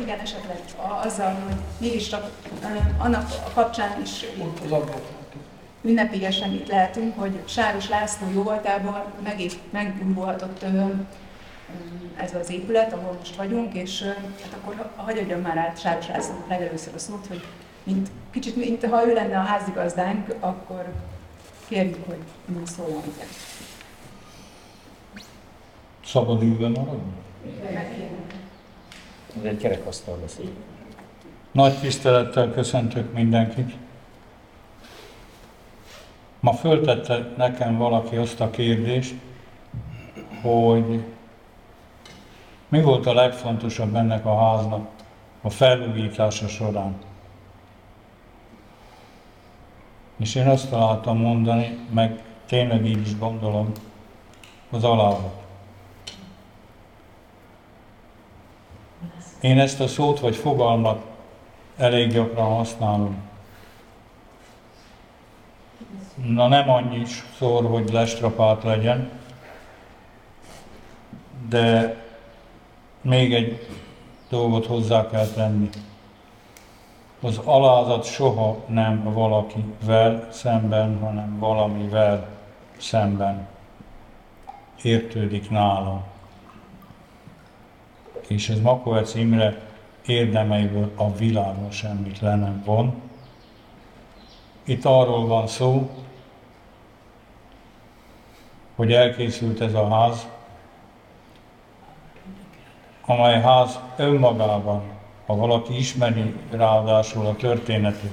igen, esetleg azzal, hogy mégiscsak annak a kapcsán is ünnepélyesen itt lehetünk, hogy Sáros László jóvoltából megújulhatott ez az épület, ahol most vagyunk, és hát akkor hagyj adjam már át Sáros Lászlónak legelőször a szót, hogy kicsit, mint ha ő lenne a házigazdánk, akkor kérjük, hogy szóljon hozzá. Szabad ülve maradni? Ez egy kerekasztal beszél. Nagy tisztelettel köszöntök mindenkit. Ma föltette nekem valaki azt a kérdést, hogy mi volt a legfontosabb ennek a háznak a felújítása során. És én azt találtam mondani, meg tényleg így is gondolom, az alázat. Én ezt a szót vagy fogalmat elég gyakran használom. Na nem annyi szor, hogy lestrapált legyen, de még egy dolgot hozzá kell tenni. Az alázat soha nem valakivel szemben, hanem valamivel szemben értődik nálam. És ez Makovec Imre érdemeiből a világon semmit le nem von. Itt arról van szó, hogy elkészült ez a ház, amely ház önmagában, ha valaki ismeri ráadásul a történetet,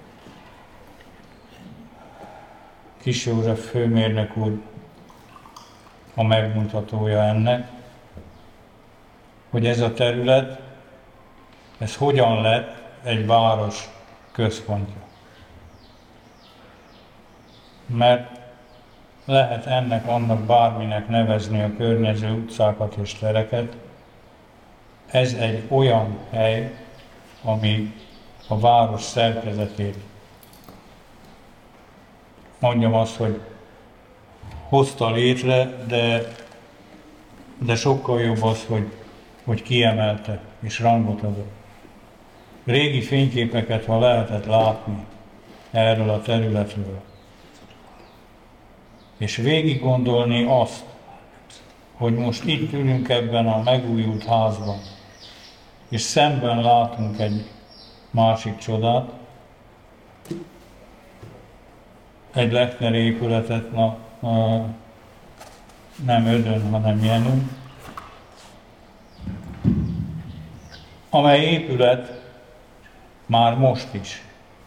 Kis József főmérnök úr a megmutatója ennek, hogy ez a terület, ez hogyan lett egy város központja. Mert lehet ennek, annak bárminek nevezni a környező utcákat és tereket. Ez egy olyan hely, ami a város szerkezetét, mondjam azt, hogy hozta létre, de sokkal jobb az, hogy kiemelte és rangot adott. Régi fényképeket, ha lehetett látni erről a területről, és végig gondolni azt, hogy most itt ülünk ebben a megújult házban, és szemben látunk egy másik csodát, egy Lechner épületet, nem Ödön, hanem Jenő, amely épület már most is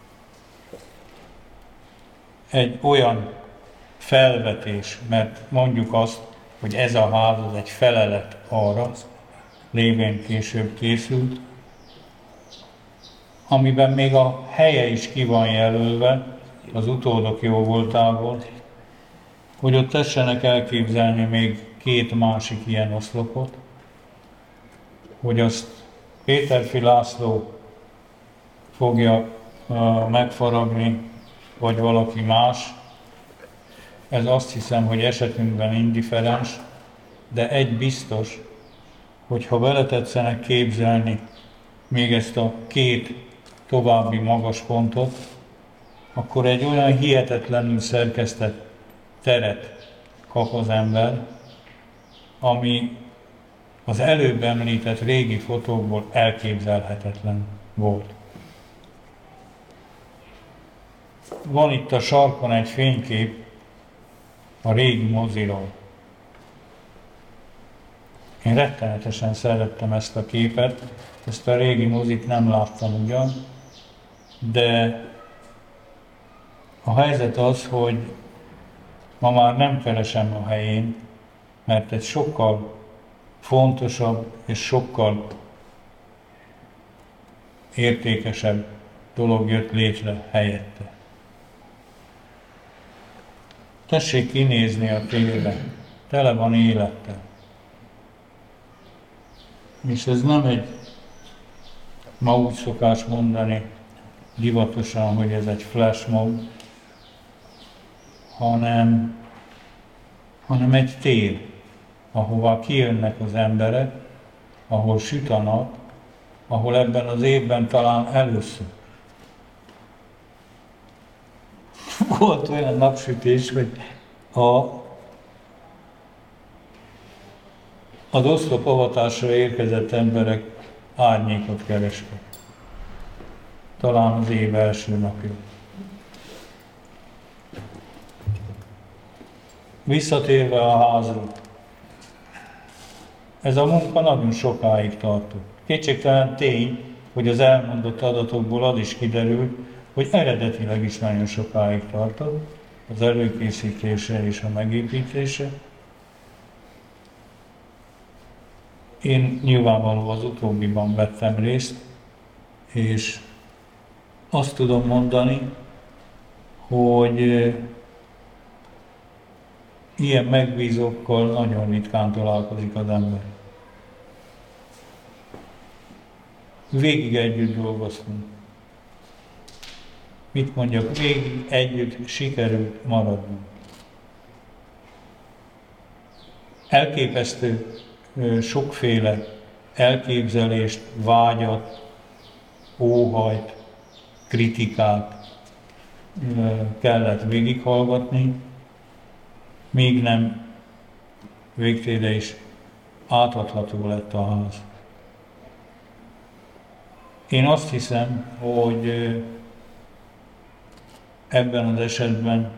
egy olyan felvetés, mert mondjuk azt, hogy ez a ház az egy felelet arra, lévén később készült, amiben még a helye is ki van jelölve, az utódok jó voltából, hogy ott tessenek elképzelni még két másik ilyen oszlopot, hogy azt Péterfi László fogja megfaragni, vagy valaki más. Ez azt hiszem, hogy esetünkben indiferens, de egy biztos, hogy ha beletetszenek képzelni még ezt a két további magas pontot, akkor egy olyan hihetetlenül szerkesztett teret kap az ember, ami az előbb említett régi fotókból elképzelhetetlen volt. Van itt a sarkon egy fénykép a régi moziról. Én rettenetesen szerettem ezt a képet, ezt a régi mozit nem láttam ugyan, de a helyzet az, hogy ma már nem keresem a helyén, mert egy sokkal fontosabb és sokkal értékesebb dolog jött létre helyette. Tessék kinézni a térbe, tele van élettel. És ez nem egy, ma úgy szokás mondani divatosan, hogy ez egy flash mob, hanem egy tér, ahová kijönnek az emberek, ahol süt a nap, ahol ebben az évben talán először volt olyan napsütés, hogy az oszlop avatásra érkezett emberek árnyékot kerestek. Talán az év első napja. Visszatérve a házra. Ez a munka nagyon sokáig tartott. Kétségtelen tény, hogy az elmondott adatokból az is kiderült, hogy eredetileg is nagyon sokáig tartott az előkészítése és a megépítése. Én nyilvánvaló az utóbbiban vettem részt, és azt tudom mondani, hogy ilyen megbízókkal nagyon ritkán találkozik az ember. Végig együtt dolgoztunk. Mit mondjak, végig együtt sikerült maradnunk. Elképesztő sokféle elképzelést, vágyat, óhajt, kritikát kellett végighallgatni, míg nem végtére is átadható lett a ház. Én azt hiszem, hogy ebben az esetben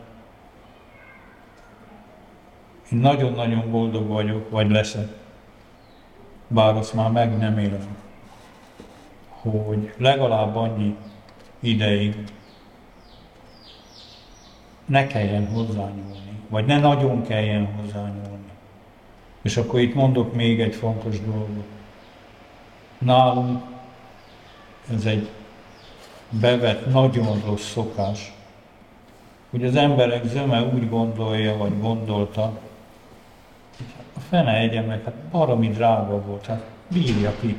én nagyon-nagyon boldog vagyok, vagy leszek, bár azt már meg nem élem, hogy legalább annyi ideig ne kelljen hozzányúlni, vagy ne nagyon kelljen hozzányúlni. És akkor itt mondok még egy fontos dolgot. Nálunk ez egy bevett, nagyon rossz szokás, hogy az emberek zöme úgy gondolja, vagy gondolta, hogy a fene egye meg, hát baromi drága volt, hát bírja ki.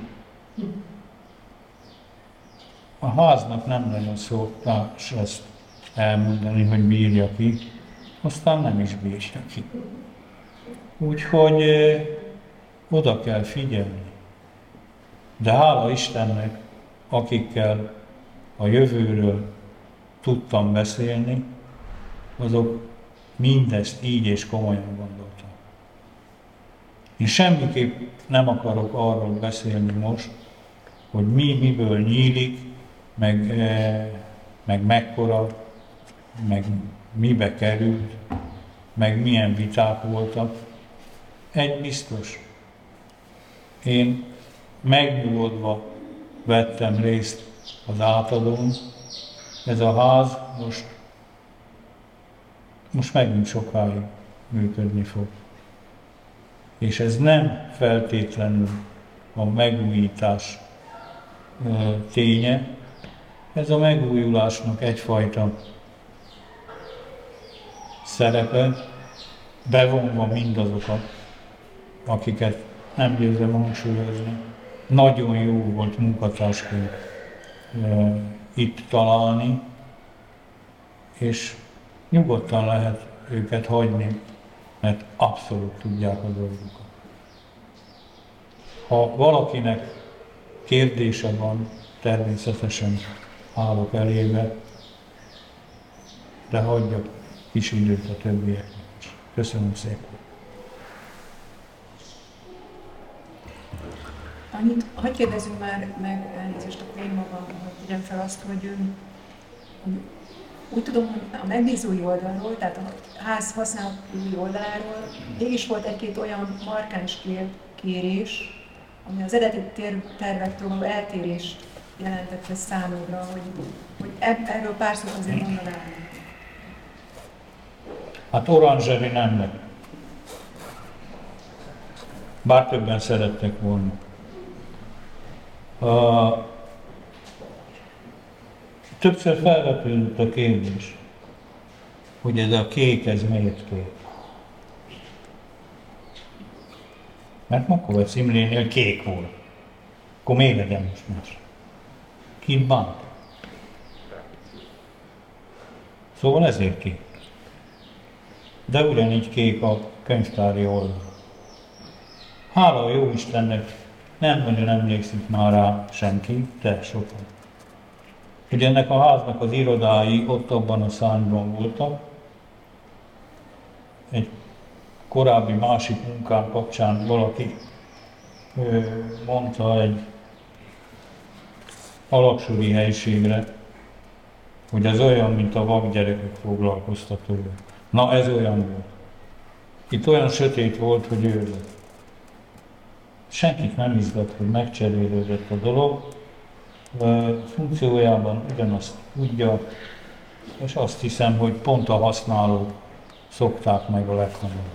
A háznak nem nagyon szokás ezt elmondani, hogy bírja ki, aztán nem is bírja ki. Úgyhogy oda kell figyelni. De hála Istennek, akikkel a jövőről tudtam beszélni, azok mindezt így és komolyan gondoltak. Én semmiképp nem akarok arról beszélni most, hogy miből nyílik, meg mekkora, meg mibe került, meg milyen viták voltak. Egy biztos, én megnyugodva vettem részt az átadón. Ez a ház most megint sokáig működni fog. És ez nem feltétlenül a megújítás ténye, ez a megújulásnak egyfajta szerepe, bevonva mindazokat, akiket nem győzem hangsúlyozni. Nagyon jó volt munkatársként itt találni, és nyugodtan lehet őket hagyni, mert abszolút tudják a dolgukat. Ha valakinek kérdése van, természetesen állok elébe, de hagyjak kis időt a többieknek is. Köszönöm szépen! Annyit, hadd kérdezzünk már meg, elnézést akkor én magam, hogy tegyem fel azt, hogy úgy tudom, hogy a megbízói oldalról, tehát a ház használói oldaláról mégis volt egy-két olyan markáns kérés, ami az eredeti tervektől való eltérést jelentette számomra, hogy erről pár szót azért mondanám. Hát oranzseri nem lett. Bár többen szerettek volna. Többször felvetődött a kérdés, hogy ez a kék, ez miért kék? Mert Makovec Imrénél kék volt. Akkor miért legyen most más? Kint bánt. Szóval ezért kék. De ugyanígy kék a könyvtári oldal. Hála a jó Istennek, Nem nagyon emlékszik már rá senki, de sokan. Hogy ennek a háznak az irodái ott abban a szárnyban voltak. Egy korábbi másik munkám kapcsán valaki mondta egy alaksori helyiségre, hogy ez olyan, mint a vakgyerekek foglalkoztatója. Na, ez olyan volt. Itt olyan sötét volt, hogy őrzött. Senkit nem izgat, hogy megcserélődött a dolog, funkciójában ugyanazt tudja, és azt hiszem, hogy pont a használók szokták meg a leghamarabb.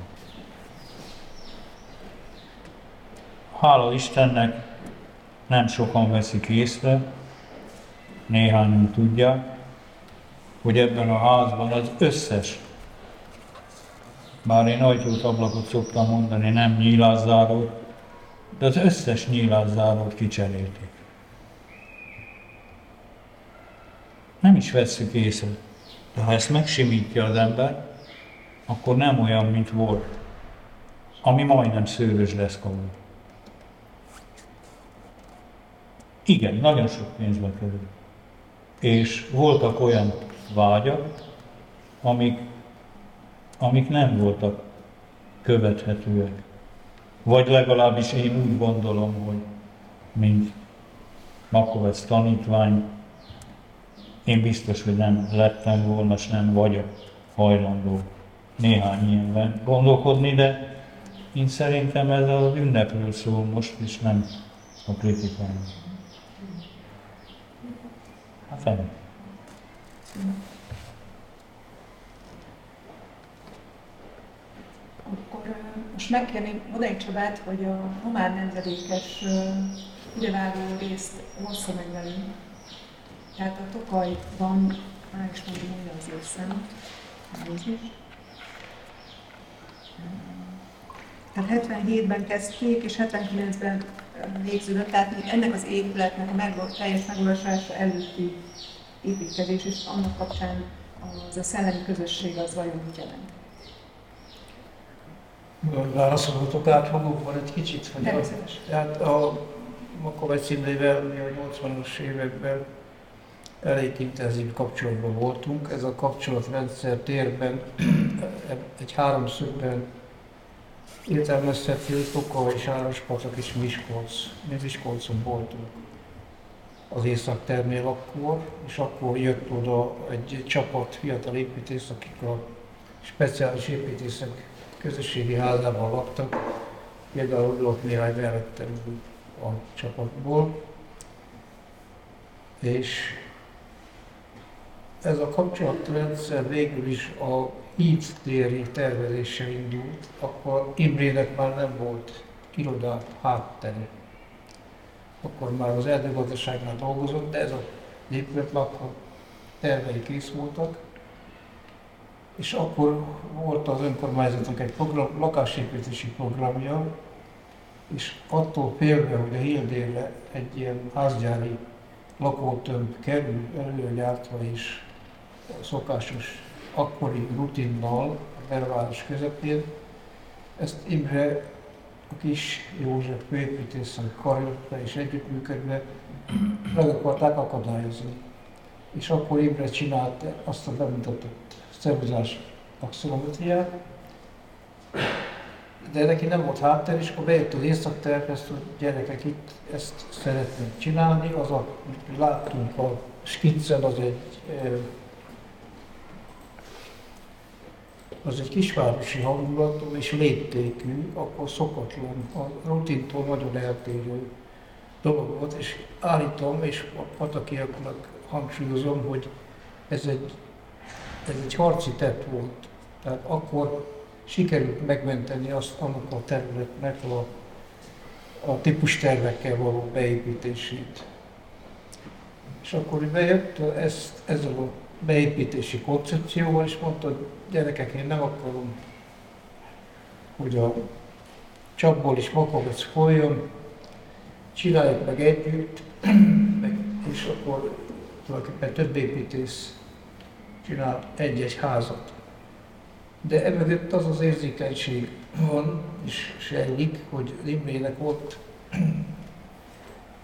Hála Istennek nem sokan veszik észre, néhányan tudják, hogy ebben a házban az összes, bár én ajtót, ablakot szoktam mondani, nem nyílászárót, de az összes nyílászárót kicserélték. Nem is vesszük észre, de ha ezt megsimítja az ember, akkor nem olyan, mint volt, ami majdnem szőrös deszka volt. Igen, nagyon sok pénzbe kerül. És voltak olyan vágyak, amik nem voltak követhetőek. Vagy legalábbis én úgy gondolom, hogy mint Makovec tanítvány, én biztos, hogy nem lettem volna, és nem vagyok hajlandó néhány ilyenben gondolkodni, de én szerintem ez az ünnepről szól most, és nem a kritikáról. Hát ennyi. Akkor most megkérném Modai Csabát, hogy a román nemzedékes idevágó részt hossza meg velünk. Tehát a Tokajban, már is mondom, hogy az évszám, elnézést. Tehát 77-ben kezdték, és 79-ben végződött, tehát még ennek az épületnek a teljes megvalósulása előtti építkezés, és annak kapcsán az a szellemi közösség az vajon mit jelent? Válaszolhatok átfogóban egy kicsit, hogy Természetesen. a Makovec Imrével mi a 80-as években elég intenzív kapcsolatban voltunk. Ez a kapcsolatrendszer térben egy háromszögben értelmezhető Tokaj, Sárospatak és Miskolc. Mi Miskolcon voltunk az Északternél akkor, és akkor jött oda egy csapat fiatal építész, akik a speciális építészek közösségi házában laktak. Például Lott Mihály mellettem a csapatból. És ez a kapcsolatrendszer végül is a híd téri tervezéssel indult, akkor Imrének már nem volt irodát háttere. Akkor már az erdőgazdaságnál dolgozott, de ez a épület akkor tervei kész voltak. És akkor volt az önkormányzatnak egy lakásépítési programja, és attól félve, hogy a Híldérre egy ilyen házgyári lakótömb kerül előgyártva is szokásos akkori rutinnal a belváros közepén, ezt Imre a kis József főépítéssel karöltve és együttműködve meg akarták akadályozni. És akkor Imre csinált azt a bemutatott szervezás axonometriát, de neki nem volt háttér, és akkor bejött az északterv, ezt, hogy gyerekek itt ezt szeretnénk csinálni, az a, láttunk a skiccen, az egy kisvárosi hangulatú és léptékű, akkor szokatlan, a rutintól nagyon eltérő dolog volt, és állítom, és a patakiaknak hangsúlyozom, hogy ez egy harci tett volt. Tehát akkor sikerült megmenteni azt annak a területnek a típustervekkel való beépítését. És akkor bejött ezzel a beépítési koncepcióval, és mondta, hogy gyerekek, én nem akarom, hogy a Csapból is Makovec folyjon, csináljuk meg együtt, és akkor tulajdonképpen több építész csinál egy-egy házat. De emögött az az érzékenység van, és sejlik, hogy Imrének ott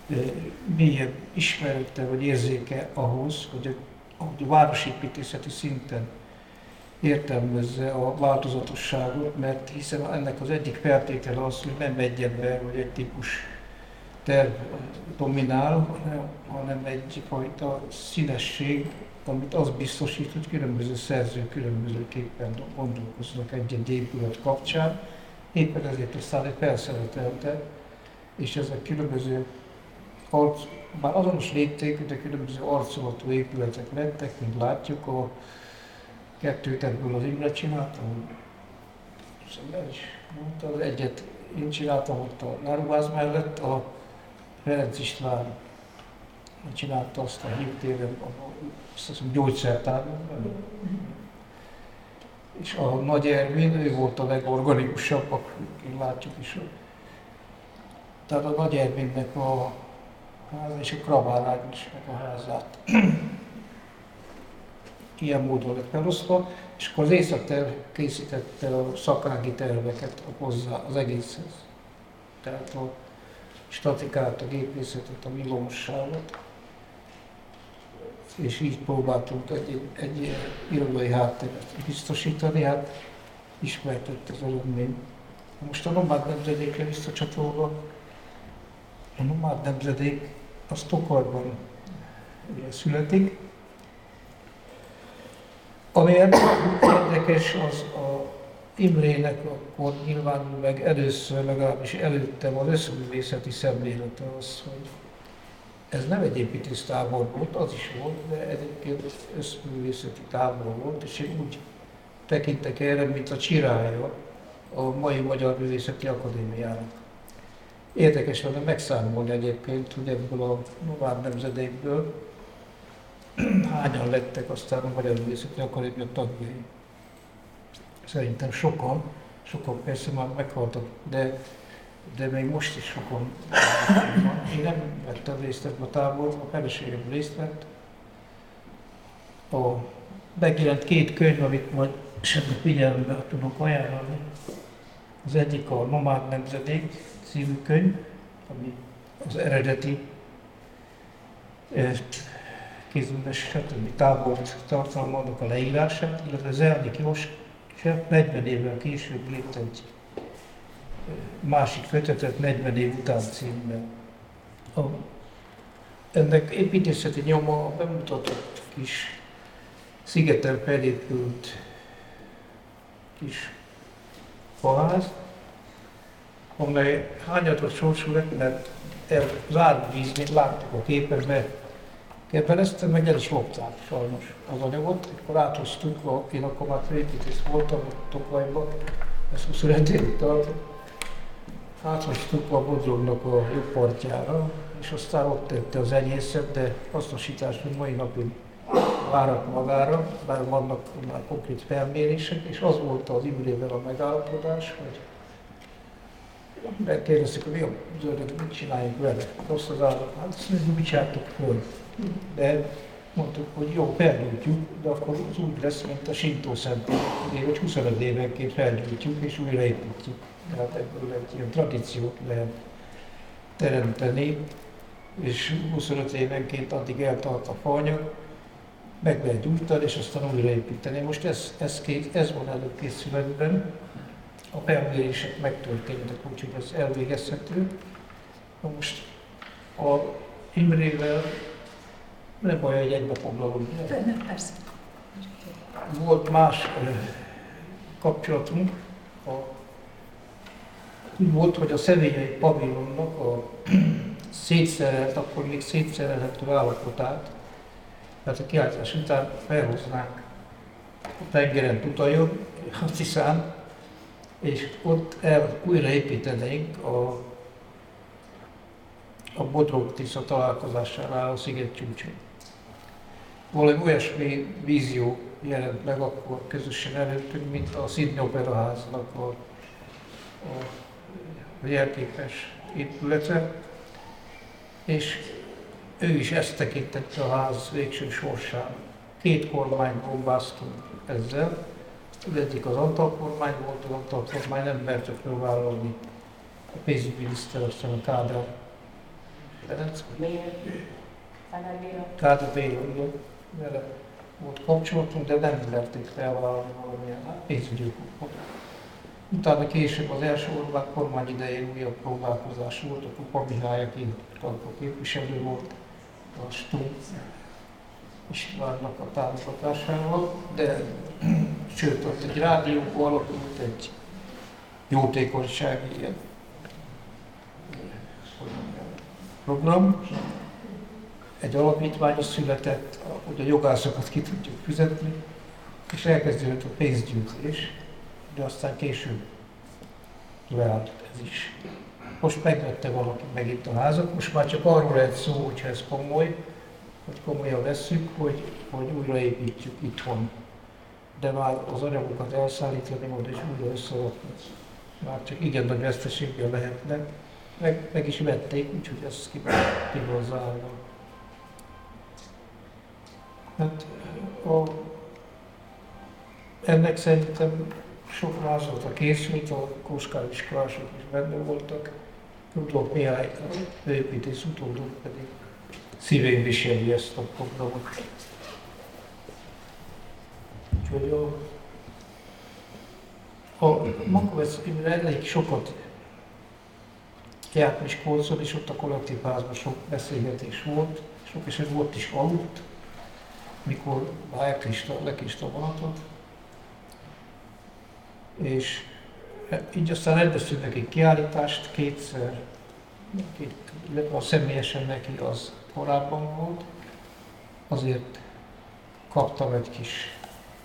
mélyebb ismerete vagy érzéke ahhoz, hogy a városépítészeti szinten értelmezze a változatosságot, mert hiszen ennek az egyik feltétele az, hogy nem egyetben vagy egy típus terv dominál, hanem egyfajta színesség, amit az biztosít, hogy különböző szerzők különbözőképpen gondolkoznak egy-egy épület kapcsán. Éppen ezért aztán egy felszeretelte, és ezek különböző már azonos léptékű, de különböző arcolatú épületek lettek, mint látjuk, a kettőt ebből az Imre csináltam, az egyet én csináltam ott a Náruház mellett, a Ferenc István csinálta azt a hívtéren, azt hiszem gyógyszertárban, és a Nagy Ervin, ő volt a legorganikusabb, akik látjuk is. Tehát a Nagy Ervinnek a háza és a Kravár Ágnesnek a házát ilyen módon lett felosztva, és akkor az Észak-terv készítette a szakági terveket hozzá az egészhez. Tehát a statikát, a gépészetet, a villamosságot, és így próbáltunk egy irodai hátteret biztosítani, hát ismertett az eredmény. Most a nomád nemzedékre visszacsatolva, a nomád nemzedék az Tokajban születik. Ami érdekes, az a Imrének akkor nyilvánul meg először, legalábbis előttem az összművészeti szemlélete az, hogy ez nem egy építésztábor volt, az is volt, de egyébként összművészeti tábor volt, és én úgy tekintek erre, mint a csirája a mai Magyar Művészeti Akadémiának. Érdekes lenne megszámolni egyébként, hogy ebből a nomád nemzedékből hányan lettek aztán a Magyar Művészeti Akadémia tagjai. Szerintem sokan persze már meghaltak, de még most is sokan van. Én nem vettem részt ebben a táborban, a feleségem részt vett. Megjelent két könyv, amit majd esetleg figyelmbe tudok ajánlani. Az egyik a Nomád Nemzedék című könyv, ami az eredeti kézműves, stb. Tábort tartalmának a leírását, illetve Zernik József 40 évvel később írt egy másik kötetet 40 év után címmel. Ennek építészeti nyoma bemutatott kis szigeten felépült kis faház, amely hányatott sorsú lett, mert az árvíz, mint láttuk a képen, kebeleztem, meg el is lopták sajnos az anyagot. Akkor áthoztuk, én akkor már főépítész voltam Tokajban, ez 25 évig tartott. Áthoztuk a Bodrognak a jobb partjára, és aztán ott tette az enyészet, de hasznosítás még mai napig várat magára, bár vannak már konkrét felmérések, és az volt az Imrével a megállapodás, hogy megkérdeztük, hogy mi a zöldet, mit csináljunk vele, rossz az állat, hát azt mondjuk, mit csináltuk föl. De mondtuk, hogy jó, felgyújtjuk, de akkor az úgy lesz, mint a Sintó szentély, hogy 25 évenként felgyújtjuk és újraépítjük. Tehát ebből egy ilyen tradíciót lehet teremteni, és 25 évenként addig eltart a faanyag, meg lehet gyújtani, és aztán újraépíteni. Most ez van előkészületben, a felmérések megtörténtek, úgyhogy ez elvégezhető. Na most a Imrével nem baj, hogy egybefoglalunk. Persze. Volt más kapcsolatunk. Úgy volt, hogy a szevélyei pavilonnak a szétszerelt, akkor még szétszerelhető állapotát, tehát a kiállítás után felhoznánk a tengeren Tutajon, a Tiszán, és ott újraépítenénk a Bodrog-Tisza találkozására a sziget csúcson. Valami olyasmi vízió jelent meg akkor közösen előttünk, mint a Sydney Operaháznak a jelképes épülete, és ő is ezt tekintette a ház végső sorsán. 2 kormányt bombáztunk ezzel. Az egyik az Antal kormány volt, az Antal kormány nem merte felvállalni a pénzügyminiszter, aztán a Kádár Ferenc? Kádár Béla. Kádár Béla, igen. Vele volt kapcsolatunk, de nem merték felvállalni valamilyen pénzügyi okokból. Utána később az első Orbán kormány idején újabb próbálkozás volt, a Kupa Mihály, aki akkor képviselő volt, a Stumpf Istvánnak a támogatásával, de sőt, ott egy rádióból alakult egy jótékonysági ilyen program, egy alapítvány is született, hogy a jogászokat ki tudjuk fizetni, és elkezdődött a pénzgyűjtés, de aztán később leállt ez is. Most megvette valaki megint a házat, most már csak arról lehet szó, hogyha ez komoly, hogy komolyan vesszük, hogy újraépítjük itthon. De már az anyagokat elszállítani oda és újra összerakni, már csak igen nagy veszteséggel lehetne. Meg is vették, úgyhogy ezt ki van zárva. Hát, ennek szerintem sok vázlata készült, a Kóskár iskolások is benne voltak, Rudolf Mihály, a főépítész utódunk pedig szívén viseli ezt a programot. Úgyhogy a Makovec elég sokat járt Miskolcon, és ott a kollektív házban sok beszélgetés volt, sok esetben ott is aludt, mikor lekista a vonatot. És így aztán rendeztünk neki kiállítást kétszer, illetve a személyesen neki az korábban volt, azért kaptam egy kis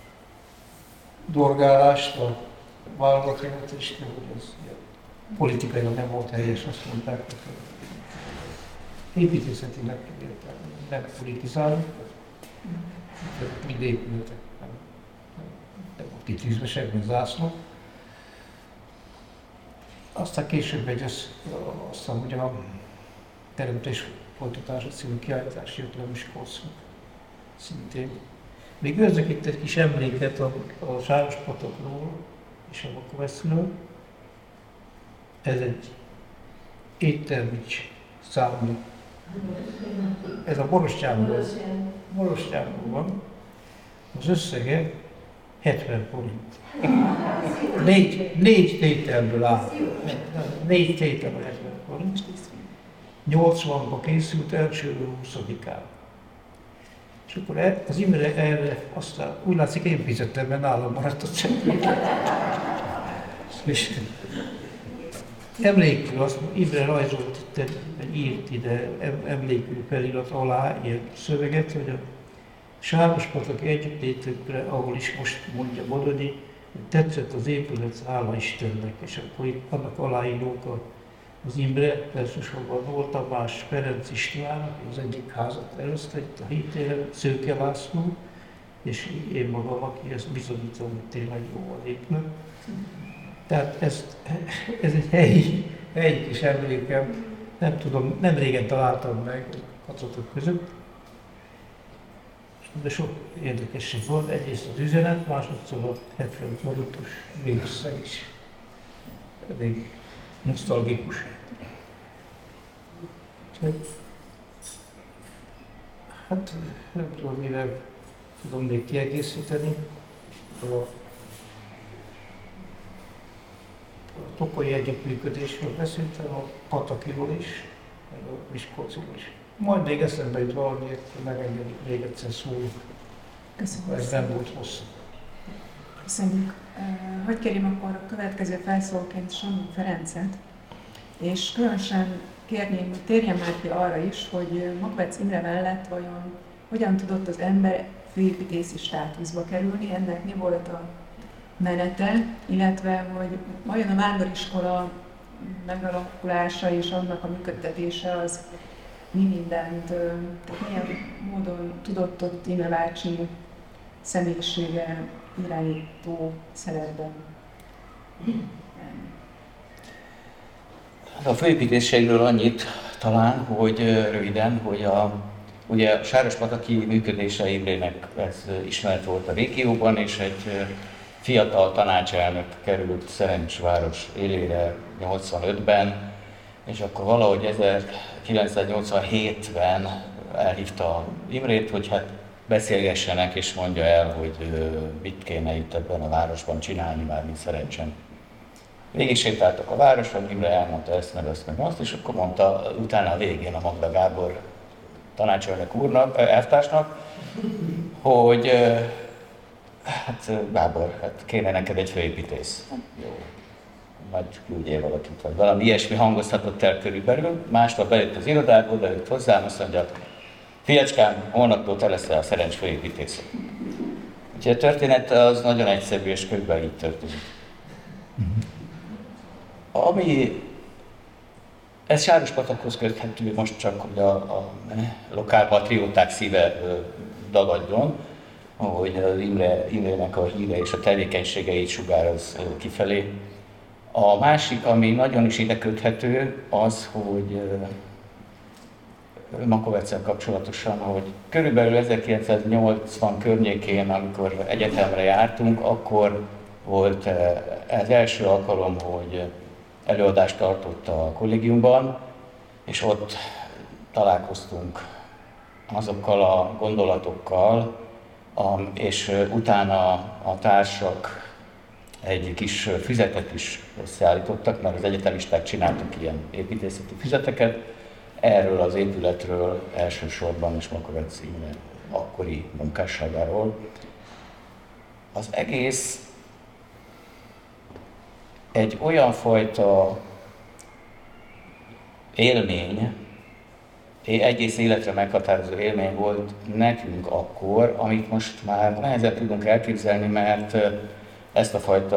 dorgálást a vállalatjelentéstől, hogy ez politikailag nem volt helyes, azt mondták, hogy építészetileg nem politizálunk, mind épületek nem kitűzve semmilyen zászló. Aztán később aztán ugye a Teremtés folytatása című kiállítás jött le Miskolcon szintén. Még őrzök itt egy kis emléket a Sárospatokról és a Makovecről. Ez egy éttermics számú. Ez a Borostyánból van. Az összege 70 forint. 4 tételből áll. 4 tételből 70 forint. 80-ban készült, elsőről 20-án. És akkor az Imre erre aztán úgy látszik, én fizettem, mert nálam maradt a csepp. És emlékül, azt Imre rajzolt itt, írt ide emlékül felirat alá ilyen szöveget, hogy a Sárospataki együttlétükre, ahol is most mondja Bodoni, tetszett az épület, hála Istennek, és akkor itt annak aláírók az Imre, elsősorban Nóra Tamás, Ferenc István, az egyik házat előzte, itt a 7 éve, Szőke László, és én magam, aki ezt bizonyítom, hogy tényleg jó az épület. Tehát ez egy helyi kis emlékem, nem tudom, nem régen találtam meg kacatok között, de sok érdekesség volt. Egyrészt az üzenet, másodszor a 70 forintos végösszeg is elég nosztalgikus. Hát nem tudom, mivel tudom még kiegészíteni. A tokolyi együttműködésről beszéltem, a Patakiról is, meg a Miskolcról is. Majd még eszembe jut valami, hogy megengedik, még egyszer szólunk. Köszönöm. Ez nem volt hosszú. Köszönjük. Hogy kérjem akkor a következő felszólóként Sammon Ferencet, és különösen kérném, hogy térjen már ki arra is, hogy Makovec Imre mellett vajon hogyan tudott az ember főépítészi státuszba kerülni, ennek mi volt a menete, illetve hogy vajon a vándoriskola megalakulása és annak a működtetése az mi mindent, tehát milyen módon tudott ott Imre bácsi személyisége irányító szerepben. A főépítésségről annyit talán, hogy röviden, hogy ugye a Sárospataki működése Imrének ez ismert volt a régióban, és egy fiatal tanácselnök került Szerencsváros élére 85-ben, és akkor valahogy 1987-ben elhívta Imrét, hogy hát beszélgessenek és mondja el, hogy mit kéne itt ebben a városban csinálni, már mint szerencsém. Végig sétáltak a városban, Imre elmondta ezt meg azt meg azt, és akkor mondta utána a végén a Magda Gábor tanácselnök úrnak, elvtársnak, hogy hát Gábor, hát kéne neked egy főépítész. Jó, majd küldjél valakit, vagy valami ilyesmi hangozhatott el körülbelül. Másnap bejött az irodába, odaült hozzám, azt mondja, fiacskám, holnaptól te leszel a Szerencs főépítész. Úgyhogy a történet az nagyon egyszerű, és körülbelül így történik. Ami, ez Sárospatakhoz köthető, most csak, hogy a lokálpatrióták szíve dagadjon, hogy az Imrének a híre és a tevékenységeit sugároz kifelé. A másik, ami nagyon is ide köthető, az, hogy Makoveccel kapcsolatosan, hogy körülbelül 1980 környékén, amikor egyetemre jártunk, akkor volt az első alkalom, hogy előadást tartott a kollégiumban, és ott találkoztunk azokkal a gondolatokkal, és utána a társak egy kis füzetet is összeállítottak, mert az egyetemisták csináltak ilyen építészeti füzeteket, erről az épületről elsősorban és Makovecz Imre akkori munkásságáról. Az egész egy olyan fajta élmény, egész életre meghatározó élmény volt nekünk akkor, amit most már nehezen tudunk elképzelni, mert ezt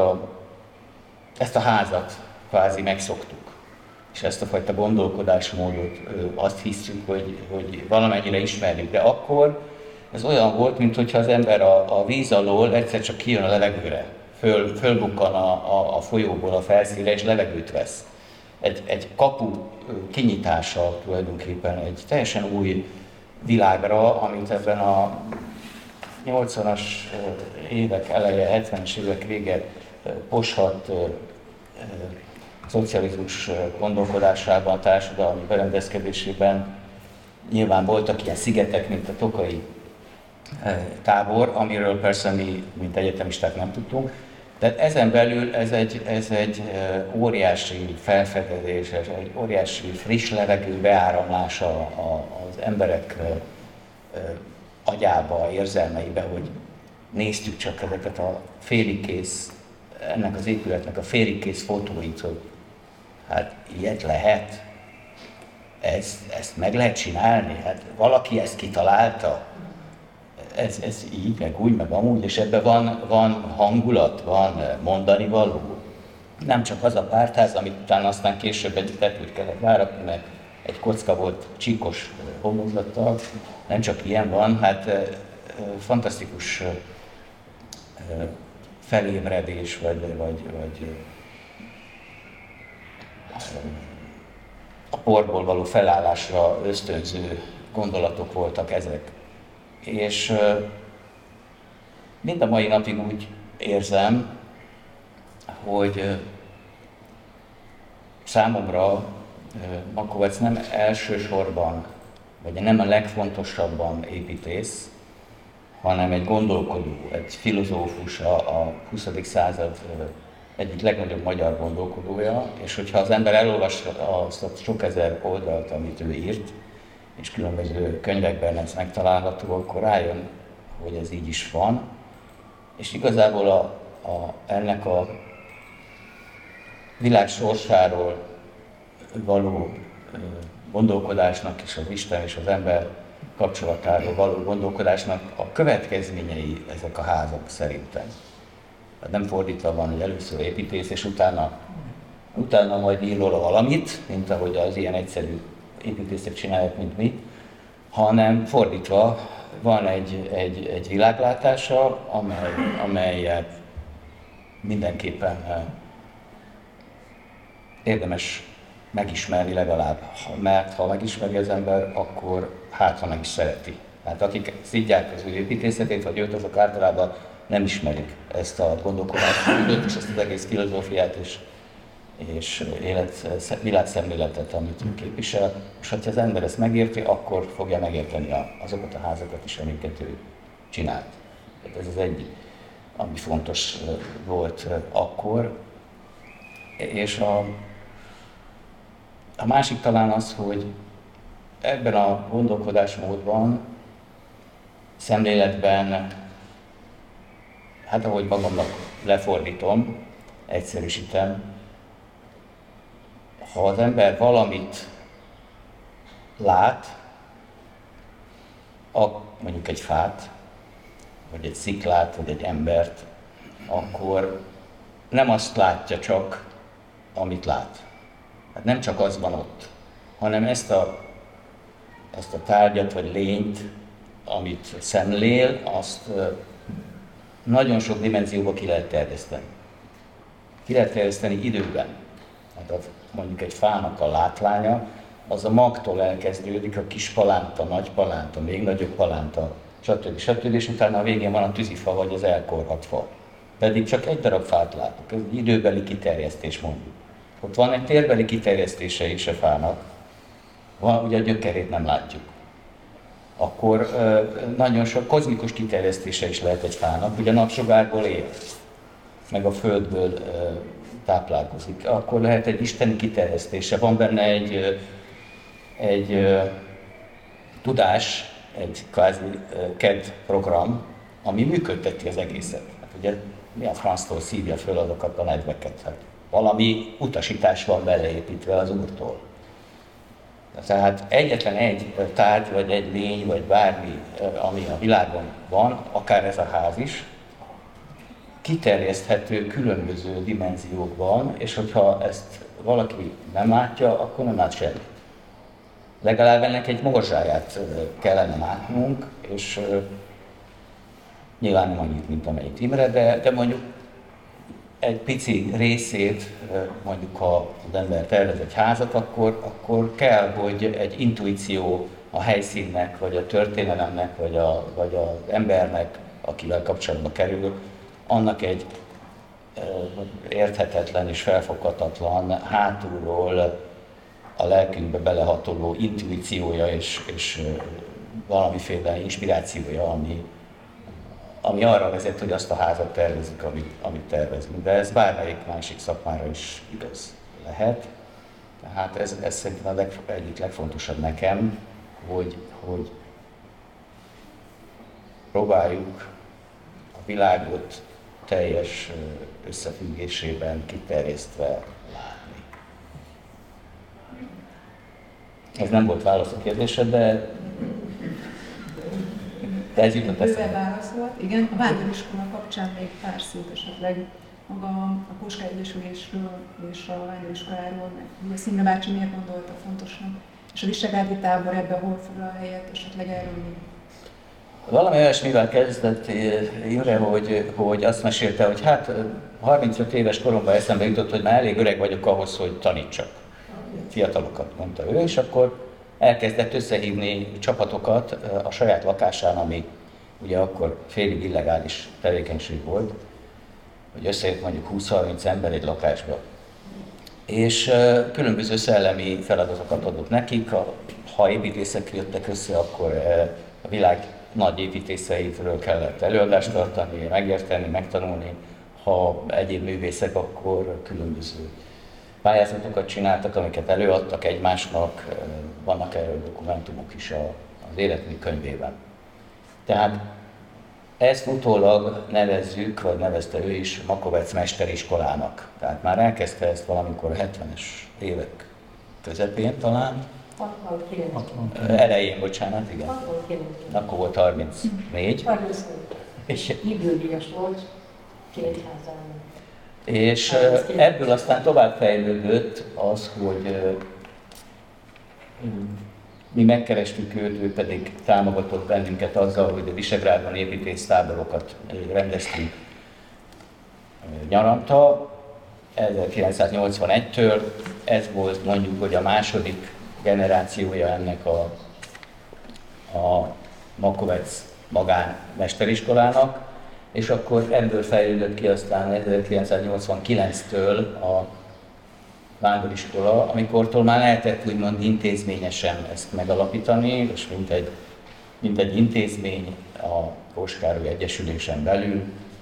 a házat kvázi megszoktuk. És ezt a fajta gondolkodásmódot azt hiszük, hogy valamennyire ismerjük. De akkor ez olyan volt, mintha az ember a víz alól egyszer csak kijön a levegőre. Fölbukkan a folyóból a felszínre és levegőt vesz. Egy kapu kinyitása tulajdonképpen egy teljesen új világra, amit ebben a 80-as évek eleje, 70-es évek vége poshat szocializmus gondolkodásában, társadalmi berendezkedésében nyilván voltak ilyen szigetek, mint a tokai tábor, amiről persze mi, mint egyetemisták nem tudtunk. De ezen belül ez egy óriási felfedezés, egy óriási friss levegő beáramlása az emberek agyába, érzelmeibe, hogy néztük csak ezeket a féligkész, ennek az épületnek a féligkész fotóit, hogy hát ilyet lehet, ezt meg lehet csinálni, hát valaki ezt kitalálta, ez így, meg úgy, meg amúgy, és ebben van hangulat, van mondani való. Nem csak az a pártház, amit utána aztán később egy tetőt kellett rárakni, mert egy kocka volt csíkos homlokzattal, nem csak ilyen van, hát fantasztikus felébredés, vagy a porból való felállásra ösztönző gondolatok voltak ezek. És mind a mai napig úgy érzem, hogy számomra Makovecz nem elsősorban, vagy nem a legfontosabban építész, hanem egy gondolkodó, egy filozófus, a 20. század egyik legnagyobb magyar gondolkodója, és hogyha az ember elolvassa azt a sok ezer oldalt, amit ő írt, és különböző könyvekben ez megtalálható, akkor rájön, hogy ez így is van. És igazából ennek a világ sorsáról való gondolkodásnak és az Isten és az ember kapcsolatáról való gondolkodásnak a következményei ezek a házak szerintem. Nem fordítva van, hogy először építész, és utána majd ír róla valamit, mint ahogy az ilyen egyszerű építészek csinálják, mint mi, hanem fordítva van egy világlátása, amelyet mindenképpen érdemes megismerni legalább, mert ha megismeri az ember, akkor ha meg is szereti. Hát akik szidják az ő építészetét, vagy őt, azok általában nem ismerik ezt a gondolkodásmódot és ezt az egész filozófiát és és világszemléletet, amit ő képvisel, és ha az ember ezt megérti, akkor fogja megérteni azokat a házakat is, amiket ő csinált. Ez az egyik, ami fontos volt akkor. És a másik talán az, hogy ebben a gondolkodásmódban, szemléletben, hát ahogy magamnak lefordítom, egyszerűsítem, ha az ember valamit lát, mondjuk egy fát, vagy egy sziklát, vagy egy embert, akkor nem azt látja csak, amit lát. Hát nem csak az van ott, hanem ezt a tárgyat, vagy lényt, amit szemlél, azt nagyon sok dimenzióba ki lehet terjeszteni. Ki lehet terjeszteni időben. Hát mondjuk egy fának a látványa, az a magtól elkezdődik, a kis palánta, nagy palánta, még nagyobb palánta, stb. És utána a végén van a tűzifa, vagy az elkorhadt fa. Pedig csak egy darab fát látok, ez egy időbeli kiterjesztés mondjuk. Ott van egy térbeli kiterjesztése is a fának, ugye a gyökerét nem látjuk. Akkor nagyon sok kozmikus kiterjesztése is lehet egy fának, ugye a napsugárból él, meg a földből táplálkozik. Akkor lehet egy isteni kiterjesztése, van benne egy tudás, egy kvázi CAD program, ami működteti az egészet. Hát ugye milyen franctól szívja föl azokat a nedveket? Hát valami utasítás van beleépítve az Úrtól. Tehát egyetlen egy tárgy, vagy egy lény, vagy bármi, ami a világon van, akár ez a ház is, kiterjeszthető különböző dimenziókban, és hogyha ezt valaki nem látja, akkor nem lát semmit. Legalább ennek egy morzsáját kellene látnunk, és nyilván nem annyit, mint amelyik Imre, de mondjuk egy pici részét, mondjuk ha az ember tervez egy házat, akkor kell, hogy egy intuíció a helyszínnek, vagy a történelemnek, vagy az embernek, akivel kapcsolatba kerül, annak egy érthetetlen és felfoghatatlan, hátulról a lelkünkbe belehatoló intuíciója és valamiféle inspirációja, ami arra vezet, hogy azt a házat tervezzük, amit tervezünk. De ez bármelyik másik szakmára is igaz lehet. Tehát ez szerintem egyik legfontosabb nekem, hogy próbáljuk a világot teljes összefüggésében, kiterjesztve látni. Ez nem volt válasz a kérdésed, de ez jutott eszembe. Válaszolt. Igen, a vándoriskola kapcsán még pár szót esetleg maga a Puskás Egyesülésről és a vándoriskoláról, meg a Szimre bácsi miért gondolta fontosnak, és a Visegrádi tábor ebben hol foglal helyet, esetleg erről még. Valami olyasmivel kezdett Imre, hogy azt mesélte, hogy hát 35 éves koromban eszembe jutott, hogy már elég öreg vagyok ahhoz, hogy tanítsak. Fiatalokat, mondta ő, és akkor elkezdett összehívni csapatokat a saját lakásán, ami ugye akkor félig illegális tevékenység volt, hogy összejött mondjuk 20-30 ember egy lakásba. És különböző szellemi feladatokat adott nekik, ha építészek jöttek össze, akkor a világ nagy építészeitről kellett előadást tartani, megérteni, megtanulni. Ha egyéb művészek, akkor különböző pályázatokat csináltak, amiket előadtak egymásnak, vannak erről dokumentumok is az életmű könyvében. Tehát ezt utólag nevezzük, vagy nevezte ő is Makovec mesteriskolának. Tehát már elkezdte ezt valamikor a 70-es évek közepén talán. 69. Elején, bocsánat, igen. 69. Akkor volt 34. És idődíjas volt két házán. És ebből aztán tovább fejlődött az, hogy mi megkerestük őt, ő pedig támogatott bennünket azzal, hogy a Visegrádban építésztáborokat rendeztünk nyaranta 1981-től. Ez volt mondjuk, hogy a második generációja ennek a Makovec magánmesteriskolának, és akkor ebből fejlődött ki aztán 1989-től vándoriskola, amikortól már lehetett úgymond intézményesen ezt megalapítani, és mint egy intézmény a Kós Károly Egyesülésen belül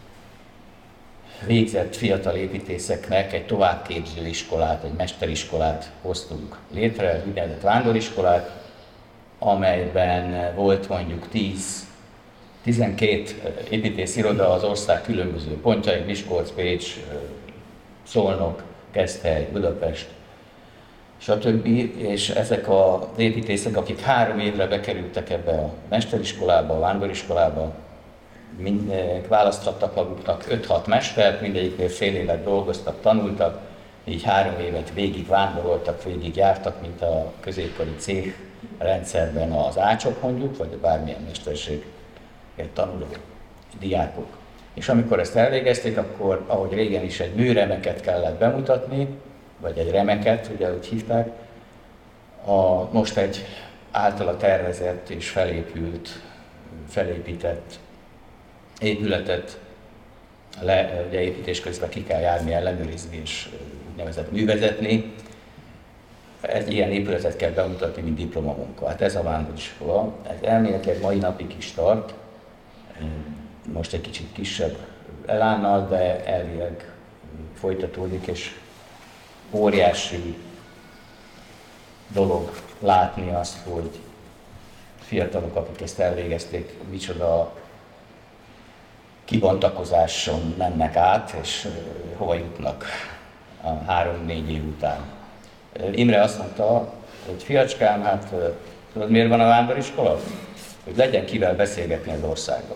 végzett fiatal építészeknek egy továbbképző iskolát, egy mesteriskolát hoztunk létre, úgynevezett vándoriskolát, amelyben volt mondjuk 10-12 építésziroda az ország különböző pontjai, Miskolc, Pécs, Szolnok, Keszthely, Budapest, stb. És ezek az építészek, akik 3 évre bekerültek ebbe a mesteriskolába, a vándoriskolába, választhattak maguknak 5-6 mestert, mindegyiknél fél évet dolgoztak, tanultak, így 3 évet végig vándoroltak, végig jártak, mint a középkori cég rendszerben az ácsok mondjuk, vagy bármilyen mesterségért tanuló diákok. És amikor ezt elvégezték, akkor, ahogy régen is, egy műremeket kellett bemutatni, vagy egy remeket, ugye úgy hívták, most egy általa tervezett és felépített épületet ugye építés közben ki kell járni, ellenőrizni és úgynevezett művezetni. Egy ilyen épületet kell bemutatni, mint diplomamunka. Hát ez a vándoriskola. Ez elméletileg mai napig is tart, most egy kicsit kisebb elánnal, de elvileg folytatódik, és óriási dolog látni azt, hogy fiatalok, akik ezt elvégezték, micsoda kibontakozáson mennek át, és hova jutnak a 3-4 év után. Imre azt mondta, hogy fiacskám, hát tudod miért van a vándoriskola? Hogy legyen kivel beszélgetni az országban.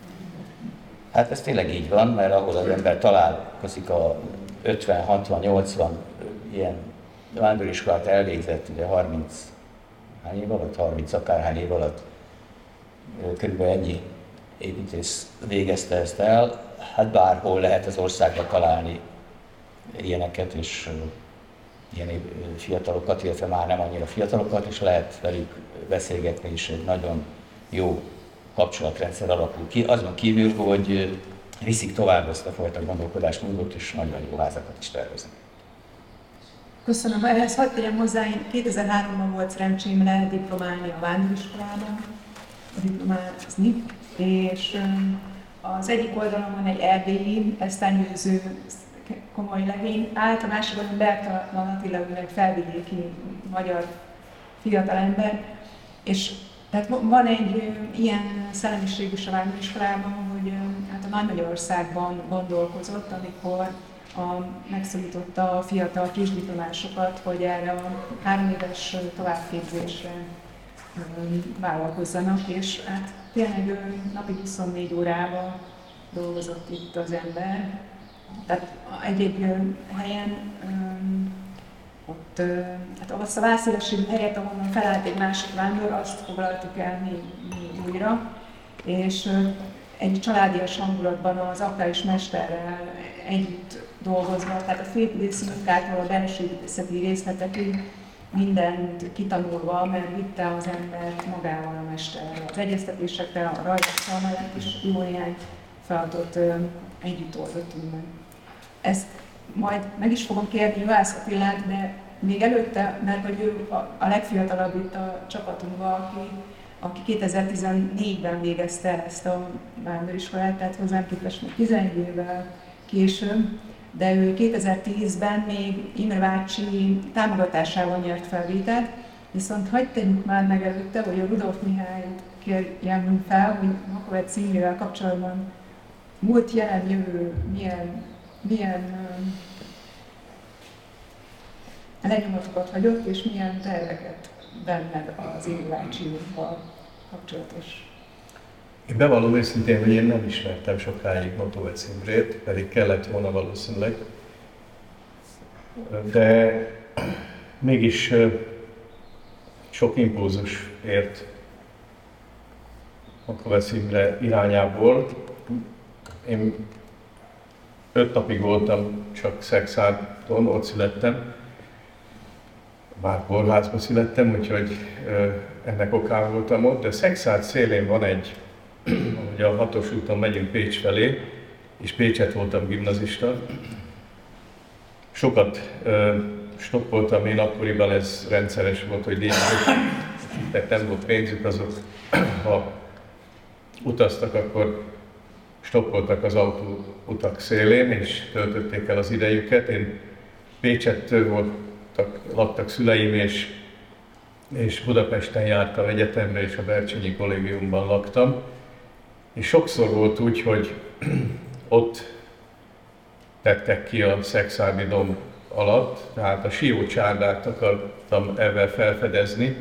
Hát ez tényleg így van, mert ahol az ember találkozik a 50-60-80 ilyen vándoriskolát elvégzett, ugye 30 hány év alatt, 30 akárhány év alatt, körülbelül ennyi építész végezte ezt el, hát bárhol lehet az országban találni ilyeneket, és ilyen fiatalokat, illetve már nem annyira fiatalokat, és lehet velük beszélgetni, és egy nagyon jó kapcsolatrendszer alakul ki. Azon kívül, hogy viszik tovább ezt a fajta gondolkodásmódot, és nagyon jó házakat is terveznek. Köszönöm. Ehhez hadd tegyem hozzá, én 2003-ban volt szerencsém lediplomálni a vándoriskolában, diplomázni, és az egyik oldalon van egy erdélyi, eszternyőző komoly legény állt, a másik oldalon Bertalan Attila, egy felvidéki magyar fiatalember, és tehát van egy ilyen szellemiség is a vándoriskolában, hogy hát a Nagy-Magyarországban gondolkozott, amikor megszólította a fiatal friss diplomásokat, hogy erre a 3 éves továbbképzésre vállalkozzanak, és hát tényleg napi 24 órában dolgozott itt az ember. Tehát egy-egy helyen ott, hát azt a vászélességű helyet, ahonnan felállt egy másik vándor, azt foglaltuk el mi újra, és egy családias hangulatban az aktuális mesterrel együtt dolgozva, tehát a főépítészi munkától a belső építészeti részletekig mindent kitanulva, mert vitte az embert magával a mesterre. Az egyeztetésekre, a rajzasztal mellett is jó néhány feladatot együtt oldottunk meg. Ezt majd meg is fogom kérni Juhász Attilát, de még előtte, mert hogy ő a legfiatalabb itt a csapatunkban, aki 2014-ben végezte el ezt a vándoriskolát, tehát hozzám képest még 11 évvel később, de ő 2010-ben még Imre bácsi támogatásával nyert felvételt, viszont hagyd tegyük már meg előtte, hogy a Rudolf Mihályt kérjem fel, hogy Makovec Imrével kapcsolatban múlt, jelen, jövő, milyen lenyomatokat hagyott, és milyen terveket benned az Imre bácsival kapcsolatos. Én bevallom őszintén, hogy én nem ismertem sokáig Makovec Imrét, pedig kellett volna valószínűleg. De mégis sok impulzus ért Makovec Imre irányából. Én 5 napig voltam csak Szexárdon, ott születtem. Bár kórházban születtem, úgyhogy ennek okán voltam ott, de Szexárd szélén van egy, ahogy a 6-os úton megyünk Pécs felé, és Pécset voltam gimnazista. Sokat stoppoltam én akkoriban, ez rendszeres volt, hogy diákok, nem volt pénzük, azok ha utaztak, akkor stoppoltak az autóutak szélén, és töltötték el az idejüket. Én Pécsettől laktak szüleim, és Budapesten jártam egyetemre, és a Bercsényi Kollégiumban laktam. És sokszor volt úgy, hogy ott tettek ki a Szekszárdi domb alatt, tehát a Siócsárdát akartam ebben felfedezni,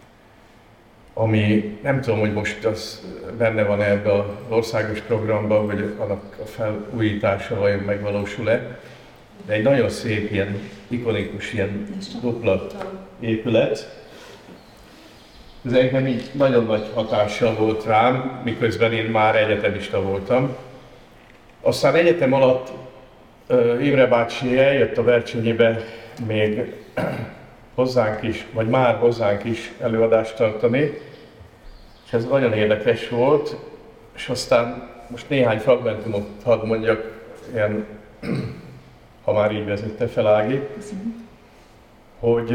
ami nem tudom, hogy most az benne van ebbe az országos programban, vagy annak a felújítása vajon megvalósul-e, de egy nagyon szép, ilyen ikonikus, ilyen dupla épület. Ez engem így nagyon nagy hatással volt rám, miközben én már egyetemista voltam. Aztán egyetem alatt Imre bácsi eljött a Bercsényibe még hozzánk is, vagy már hozzánk is előadást tartani, és ez nagyon érdekes volt, és aztán most néhány fragmentumot hadd mondjak, ilyen, ha már így vezette fel Ági, hogy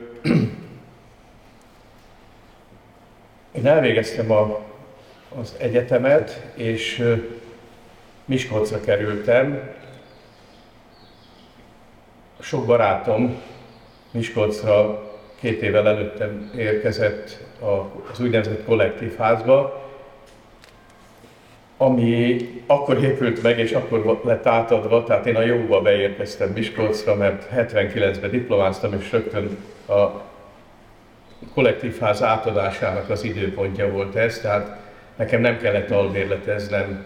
én elvégeztem az egyetemet, és Miskolcra kerültem. Sok barátom Miskolcra 2 évvel előttem érkezett az úgynevezett kollektív házba, ami akkor épült meg és akkor lett átadva, tehát én a jóba beérkeztem Miskolcra, mert 79-ben diplomáztam, és rögtön a kollektív ház átadásának az időpontja volt ez, tehát nekem nem kellett albérleteznem,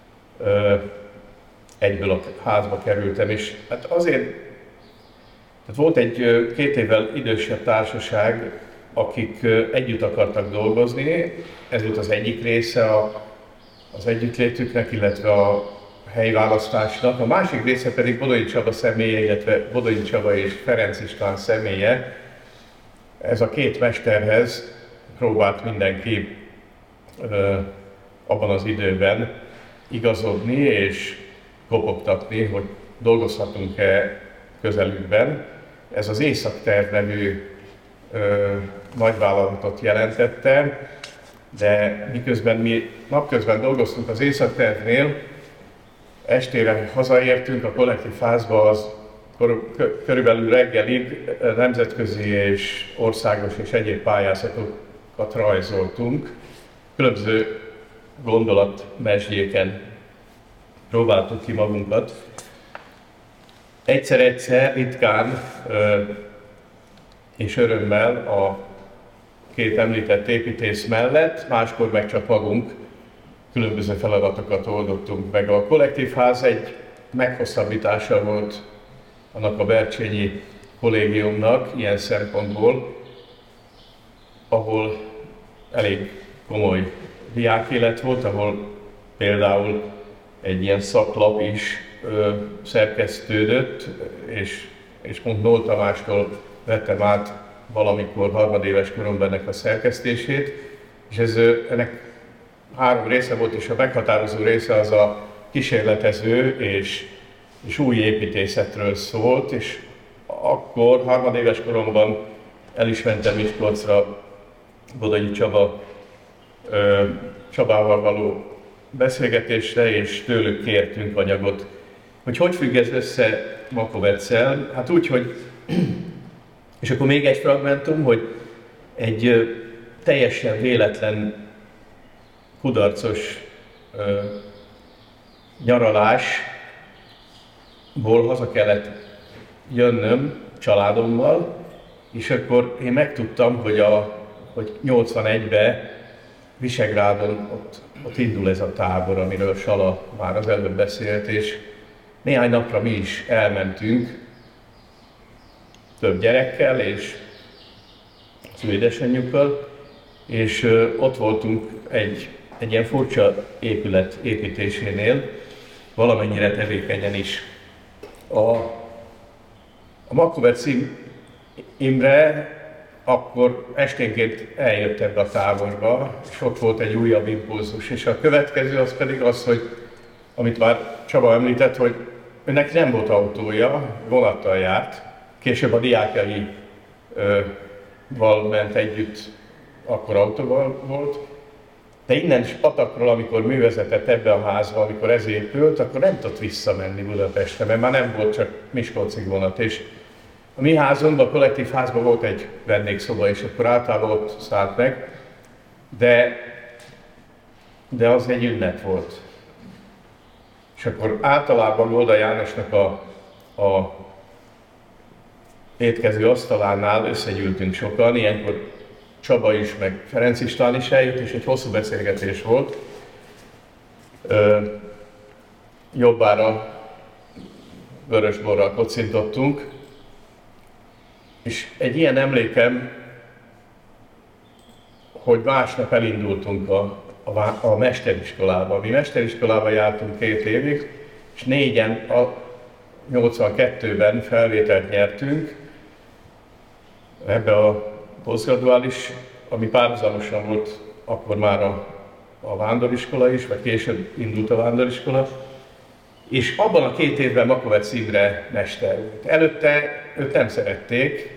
egyből a házba kerültem, és hát azért, tehát volt egy 2 évvel idősebb társaság, akik együtt akartak dolgozni, ez volt az egyik része az együttlétüknek, illetve a helyválasztásnak. A másik része pedig Bodonyi Csaba személye, illetve Bodonyi Csaba és Ferenc István személye. Ez a 2 mesterhez próbált mindenki abban az időben igazodni és kopogtatni, hogy dolgozhatunk-e közelükben. Ez az Északterv nevű nagyvállalatot jelentette, de miközben mi napközben dolgoztunk az Északtervnél, estére hazaértünk a kollektív házba, az körülbelül reggelig nemzetközi és országos és egyéb pályázatokat rajzoltunk. Különböző gondolatmesdjéken próbáltuk ki magunkat. Egyszer-egyszer, ritkán és örömmel a 2 említett építész mellett, máskor meg csak magunk különböző feladatokat oldottunk meg. A kollektív ház egy meghosszabbítása volt annak a Bercsényi Kollégiumnak ilyen szempontból, ahol elég komoly diákélet volt, ahol például egy ilyen szaklap is szerkesztődött, és pont Noll Tamástól vettem át valamikor harmadéves koromban ennek a szerkesztését, és ennek 3 része volt, és a meghatározó része az a kísérletező és új építészetről szólt, és akkor harmadéves koromban el is mentem Miskolcra Bodonyi Csabával való beszélgetésre, és tőlük kértünk anyagot. Hogy függ ez össze Makoveccsel? Hát úgy, hogy, és akkor még egy fragmentum, hogy egy teljesen véletlen, kudarcos nyaralásból haza kellett jönnöm családommal, és akkor én megtudtam, hogy 81-ben Visegrádon ott indul ez a tábor, amiről Sala már az előbb beszélt, és néhány napra mi is elmentünk több gyerekkel és az ő édesanyjukkal, és ott voltunk egy ilyen furcsa épület építésénél, valamennyire tevékenyen is. A Makovecz Imre akkor esténként eljött ebbe a táborba, és ott volt egy újabb impulzus. És a következő az pedig az, hogy amit már Csaba említett, hogy neki nem volt autója, vonattal járt, Később a diákjaival ment együtt, akkor autóval volt. De innen Patakról, amikor művezetett ebbe a házba, amikor ez épült, akkor nem tudott visszamenni Budapestre, mert már nem volt csak Miskolcig vonat. És a mi házunkban, a kollektív házban volt egy vendégszoba, és akkor általában ott szállt meg, de az egy ünnep volt. És akkor általában Golda Jánosnak a étkező asztalánál összegyűltünk sokan, ilyenkor Csaba is, meg Ferenc István is eljött, és egy hosszú beszélgetés volt. Jobbára vörösborral kocintottunk, és egy ilyen emlékem, hogy másnap elindultunk a mesteriskolába. Mi mesteriskolába jártunk 2 évig, és 4-en 82-ben felvételt nyertünk ebbe a posztgraduális, ami párhuzamosan volt akkor már a vándoriskola is, vagy később indult a vándoriskola, és abban a 2 évben Makovecz Imre mester volt. Előtte őt nem szerették,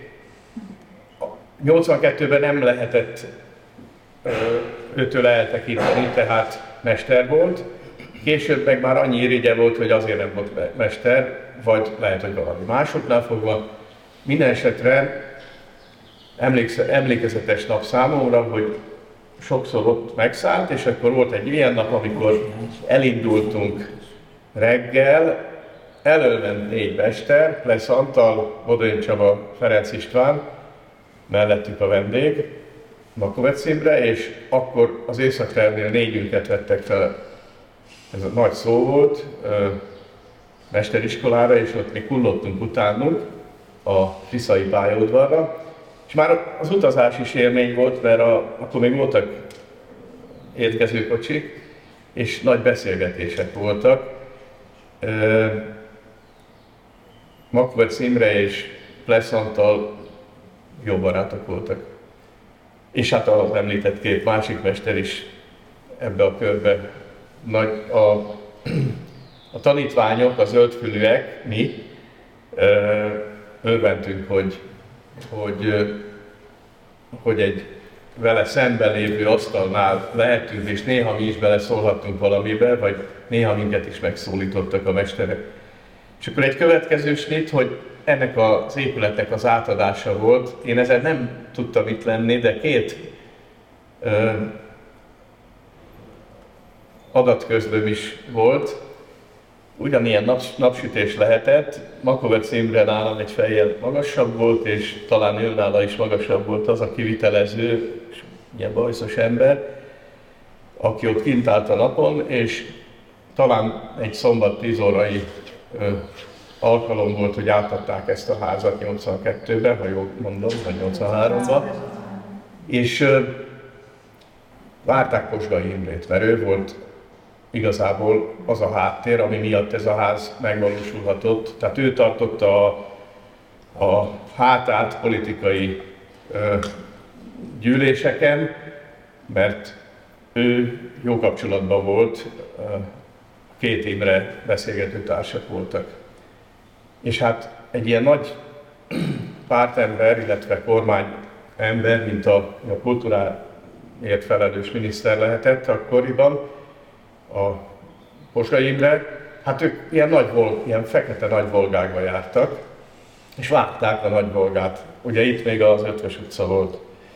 82-ben nem lehetett őtől eltekinteni, tehát mester volt. Később meg már annyi irigye volt, hogy azért nem volt mester, vagy lehet, hogy valami másoknál fogva. Minden esetre emlékezetes nap számomra, hogy sokszor ott megszállt, és akkor volt egy ilyen nap, amikor elindultunk reggel, elölment 4 mester, Lesz Antal, Bodony Csaba, Ferenc István, mellettük a vendég, Makovecz Imre, és akkor az északtervnél 4-ünket vettek fel. Ez a nagy szó volt, mesteriskolára, és ott mi kullottunk utánunk a Tiszai pályaudvarra. És már az utazás is élmény volt, mert akkor még voltak étkezőkocsik, és nagy beszélgetések voltak. Makovecz Imre és Lesz Antal jó barátok voltak. És hát az említett 2 másik mester is ebbe a körbe. A tanítványok, a zöldfülűek, mi örventünk, hogy egy vele szemben lévő asztalnál lehetünk, és néha mi is beleszólhattunk valamibe, vagy néha minket is megszólítottak a mesterek. És akkor egy következő snit, hogy ennek az épületnek az átadása volt. Én ezen nem tudtam itt lenni, de 2 adatközlőm is volt. Ugyanilyen napsütés lehetett, Makovecz Imre nálam egy fejjel magasabb volt, és talán ő nála is magasabb volt az a kivitelező, ilyen bajszos ember, aki ott kint állt a napon, és talán egy szombat 10 órai alkalom volt, hogy átadták ezt a házat 82-ben, ha jól mondom, vagy 83-ban, és várták Posgai Imrét, mert ő volt igazából az a háttér, ami miatt ez a ház megvalósulhatott. Tehát ő tartotta a hátát politikai gyűléseken, mert ő jó kapcsolatban volt, 2 Imre beszélgető társak voltak. És hát egy ilyen nagy pártember, illetve kormányember, mint a kultúráért felelős miniszter lehetett akkoriban, a Posgai Imre, hát ők ilyen fekete nagy volgákba jártak, és vágták a nagy volgát. Ugye itt még az Ötvös utca volt.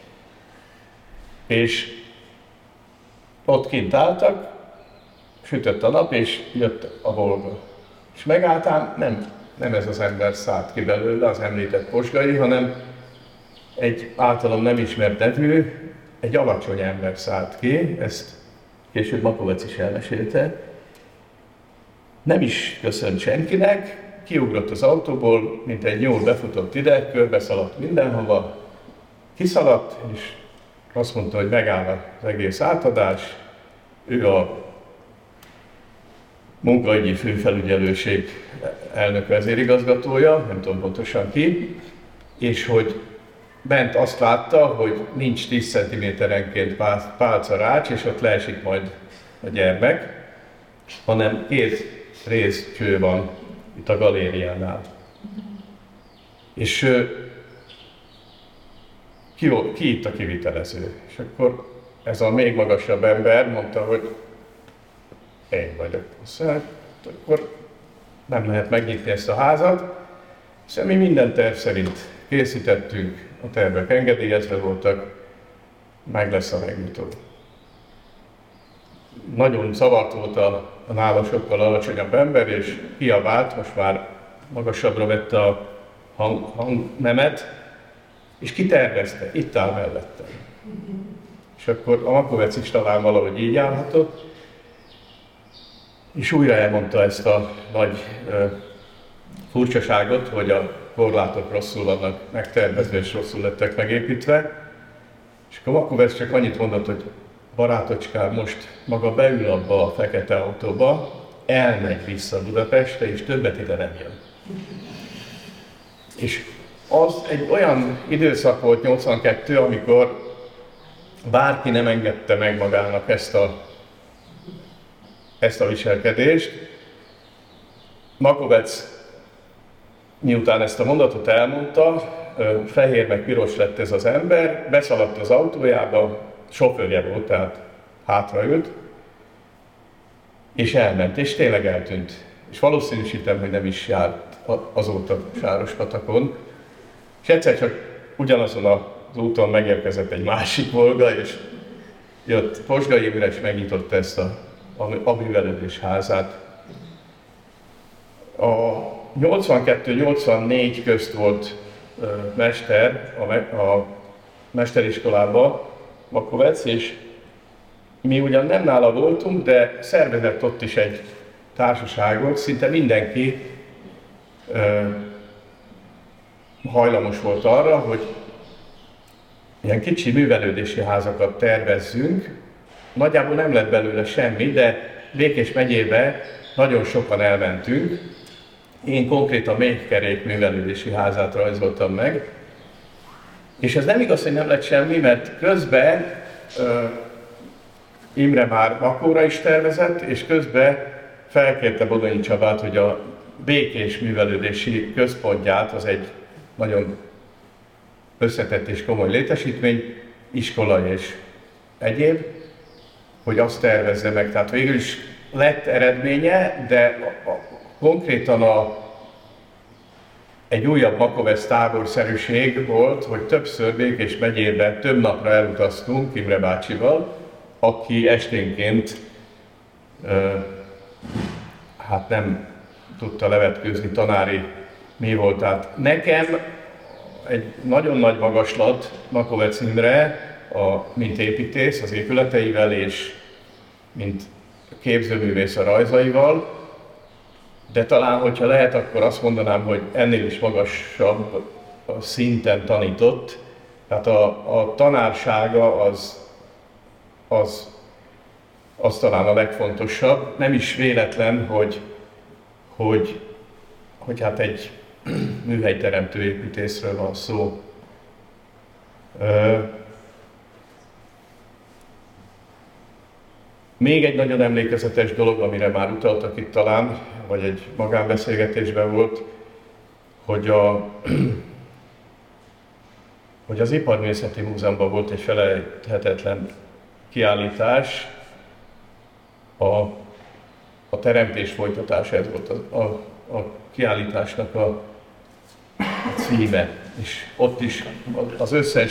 És ott kint álltak, sütött a nap, és jött a volga. És megálltán nem ez az ember szállt ki belőle, az említett Posgai, hanem egy általam nem ismert nevű, egy alacsony ember szállt ki, ezt később Makovecz is elmesélte. Nem is köszönt senkinek, kiugrott az autóból, mint egy nyúl befutott ide, körbeszaladt mindenhova, kiszaladt, és azt mondta, hogy megáll az egész átadás. Ő a munkaügyi főfelügyelőség elnök vezérigazgatója, nem tudom pontosan ki, és hogy bent azt látta, hogy nincs 10 cm-enként pálcarács, és ott leesik majd a gyermek, hanem 2 rézcső van itt a galériánál. És ki itt a kivitelező? És akkor ez a még magasabb ember mondta, hogy én vagyok. Szóval, akkor nem lehet megnyitni ezt a házat, hiszen mi minden terv szerint készítettünk, a tervek engedélyezve voltak, meg lesz a megnyitó. Nagyon zavart volt a nála sokkal alacsonyabb ember, és kiabált, most már magasabbra vette a hangnemet, és kitervezte, itt áll mellettem. És akkor a Makovec is talán valahogy így állhatott, és újra elmondta ezt a nagy furcsaságot, hogy a korlátok rosszul vannak megtervezve és rosszul lettek megépítve. És akkor Makovec csak annyit mondott, hogy barátocskám, most maga beül abba a fekete autóba, elmegy vissza Budapestre, és többet ide nem jön. És az egy olyan időszak volt 82, amikor bárki nem engedte meg magának ezt a viselkedést. Makovec miután ezt a mondatot elmondta, fehér meg piros lett ez az ember, beszaladt az autójába, sofőrje volt, tehát hátraült, és elment, és tényleg eltűnt. És valószínűsítem, hogy nem is járt azóta Sárospatakon. És egyszer csak ugyanazon az úton megérkezett egy másik Volga, és jött Posgai Imre, és megnyitotta ezt a művelődés házát. A 82-84 közt volt mester a mesteriskolában, Makovec, és mi ugyan nem nála voltunk, de szervezett ott is egy társaságot, szinte mindenki hajlamos volt arra, hogy ilyen kicsi művelődési házakat tervezzünk. Nagyjából nem lett belőle semmi, de Békés megyébe nagyon sokan elmentünk. Én konkrétan Méhkerék művelődési házát rajzoltam meg. És ez nem igaz, hogy nem lett semmi, mert közben Imre már Makóra is tervezett, és közben felkérte Bodonyi Csabát, hogy a Békés művelődési központját, az egy nagyon összetett és komoly létesítmény, iskola és egyéb, hogy azt tervezze meg. Tehát végül is lett eredménye, de konkrétan egy újabb Makovec táborszerűség volt, hogy többször Békés megyében több napra elutaztunk Imre bácsival, aki esténként hát nem tudta levetkőzni tanári mi volt. Tehát nekem egy nagyon nagy magaslat Makovec Imre, mint építész az épületeivel, és mint képzőművész a rajzaival, de talán, hogyha lehet, akkor azt mondanám, hogy ennél is magasabb szinten tanított. Tehát a tanársága az talán a legfontosabb. Nem is véletlen, hogy hát egy műhelyteremtő építészről van szó. Még egy nagyon emlékezetes dolog, amire már utaltak itt talán, vagy egy magánbeszélgetésben volt, hogy az Iparművészeti Múzeumban volt egy felejthetetlen kiállítás, a teremtés folytatása, ez volt a kiállításnak a címe. És ott is az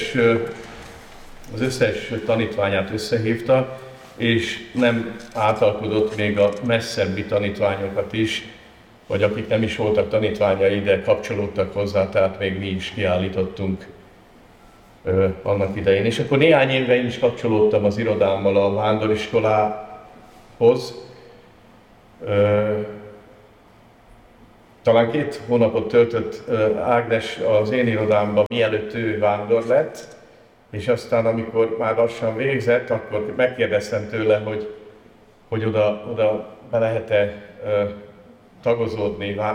összes tanítványát összehívta, és nem átalkodott még a messzebbi tanítványokat is, vagy akik nem is voltak tanítványai, de kapcsolódtak hozzá, tehát még mi is kiállítottunk annak idején. És akkor néhány éve én is kapcsolódtam az irodámmal a vándoriskolához. Talán 2 hónapot töltött Ágnes az én irodámban, mielőtt ő vándor lett, és aztán, amikor már lassan végzett, akkor megkérdeztem tőle, hogy oda be lehet-e tagozódni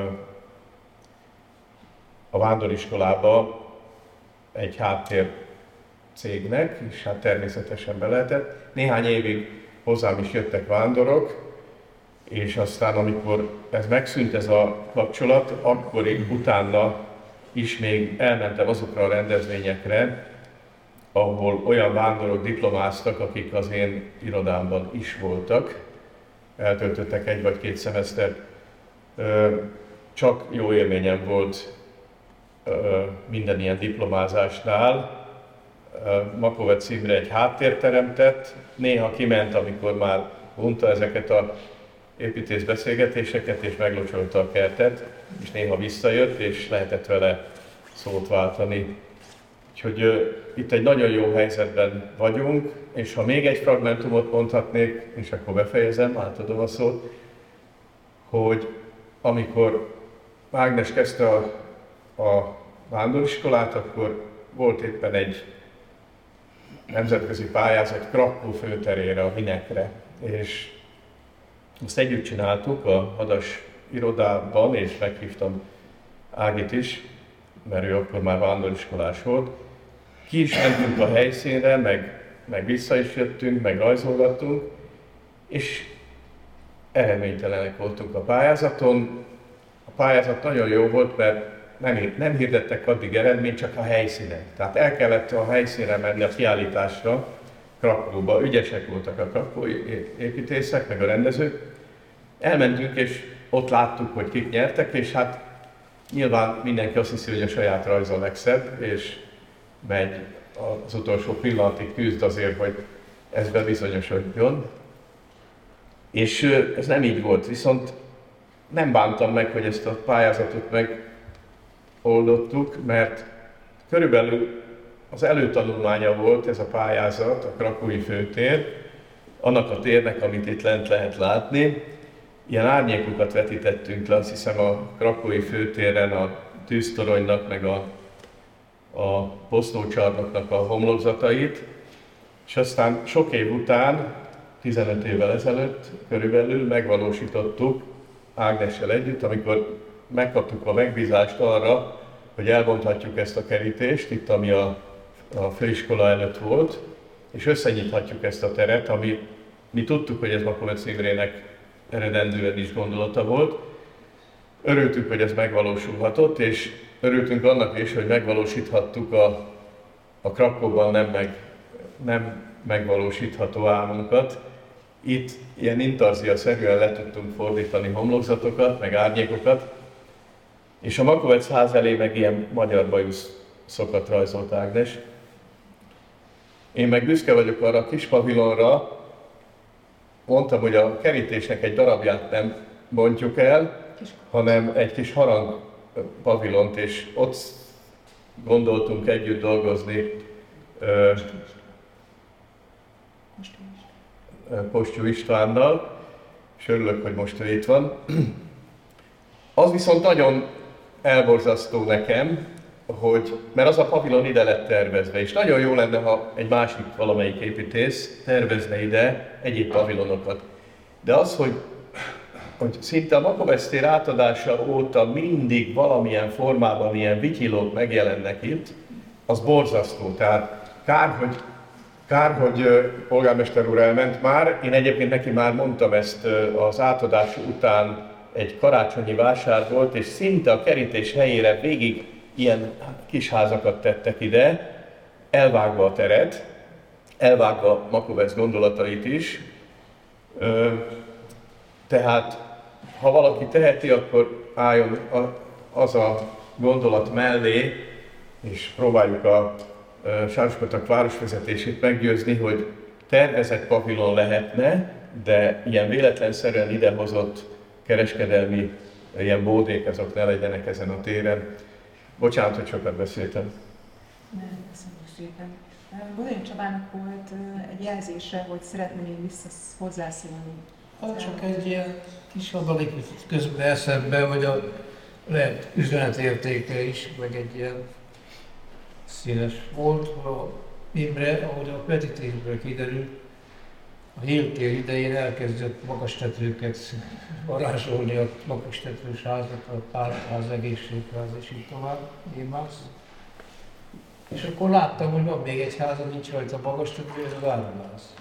a vándoriskolába egy háttér cégnek, és hát természetesen be lehetett. Néhány évig hozzám is jöttek vándorok, és aztán, amikor ez megszűnt ez a kapcsolat, akkor én utána is még elmentem azokra a rendezvényekre, ahol olyan vándorok diplomáztak, akik az én irodámban is voltak, eltöltöttek 1 vagy 2 szemesztert. Csak jó élményem volt minden ilyen diplomázásnál. Makovec Imre egy háttért teremtett, néha kiment, amikor már unta ezeket az építészbeszélgetéseket, és meglocsolta a kertet, és néha visszajött, és lehetett vele szót váltani. Úgyhogy itt egy nagyon jó helyzetben vagyunk, és ha még egy fragmentumot mondhatnék, és akkor befejezem, átadom a szót, hogy amikor Ágnes kezdte a vándoriskolát, akkor volt éppen egy nemzetközi pályázat Krakkó főterére, a Vinekre, és azt együtt csináltuk a Hadas irodában, és meghívtam Ágit is, mert ő akkor már vándoriskolás volt. Ki is mentünk a helyszínre, meg vissza is jöttünk, meg rajzolgattunk, és eredménytelenek voltunk a pályázaton. A pályázat nagyon jó volt, mert nem hirdettek addig eredményt, csak a helyszínen. Tehát el kellett a helyszínre menni a kiállításra, Krakkóba. Ügyesek voltak a krakkói építészek, meg a rendezők. Elmentünk, és ott láttuk, hogy kik nyertek, és hát nyilván mindenki azt hiszi, hogy a saját rajza a legszebb, és megy az utolsó pillanatig küzd azért, hogy ez bebizonyosodjon. És ez nem így volt, viszont nem bántam meg, hogy ezt a pályázatot megoldottuk, mert körülbelül az előtanulmánya volt ez a pályázat, a Krakkói főtér, annak a térnek, amit itt lent lehet látni. Ilyen árnyékokat vetítettünk le, azt hiszem a Krakkói főtéren a tűztoronynak, meg a posztócsarnoknak a homlokzatait, és aztán sok év után, 15 évvel ezelőtt körülbelül megvalósítottuk Ágnessel együtt, amikor megkaptuk a megbízást arra, hogy elbonthatjuk ezt a kerítést, itt ami a főiskola előtt volt, és összenyithatjuk ezt a teret, ami mi tudtuk, hogy ez Makovec Imrének eredendően is gondolata volt. Örültünk, hogy ez megvalósulhatott, és örültünk annak is, hogy megvalósíthattuk a Krakkóban nem megvalósítható álmunkat. Itt ilyen intarzia-szerűen le tudtunk fordítani homlokzatokat, meg árnyékokat, és a Makovec ház elé meg ilyen magyar bajuszokat rajzolt Ágnes. Én meg büszke vagyok arra a kis pavilonra, mondtam, hogy a kerítésnek egy darabját nem bontjuk el, hanem egy kis harang pavilont, és ott gondoltunk együtt dolgozni Postyú Istvánnal, és örülök, hogy most ő itt van. Az viszont nagyon elborzasztó nekem, mert az a pavilon ide lett tervezve, és nagyon jó lenne, ha egy másik valamelyik építész tervezne ide egyéb pavilonokat. De az, hogy szinte a Makovec tér átadása óta mindig valamilyen formában ilyen vityilók megjelennek itt, az borzasztó. Tehát kár, hogy polgármester úr elment már. Én egyébként neki már mondtam ezt, az átadás után egy karácsonyi vásár volt, és szinte a kerítés helyére végig ilyen kis házakat tettek ide, elvágva a teret, elvágva Makovec gondolatait is. Tehát, ha valaki teheti, akkor álljon az a gondolat mellé, és próbáljuk a Sárospatak városvezetését meggyőzni, hogy tervezett pavilon lehetne, de ilyen véletlenszerűen idehozott kereskedelmi ilyen bódék, azok ne legyenek ezen a téren. Bocsánat, hogy sokat beszéltem. Nem, köszönjük szépen. Bodonyi Csabának volt egy jelzése, hogy szeretné még hozzászólni. Csak egy ilyen kis adalék közben eszembe, hogy lehet üzenetértéke is, meg egy ilyen színes volt, a Imre, ahogy a vetítésből kiderült, a Héltér idején elkezdett magastetőket varázsolni, a magastetős házat, a pártház, egészségház és így tovább, Émász. És akkor láttam, hogy van még egy ház, nincs rajta magastető, ez az áruház.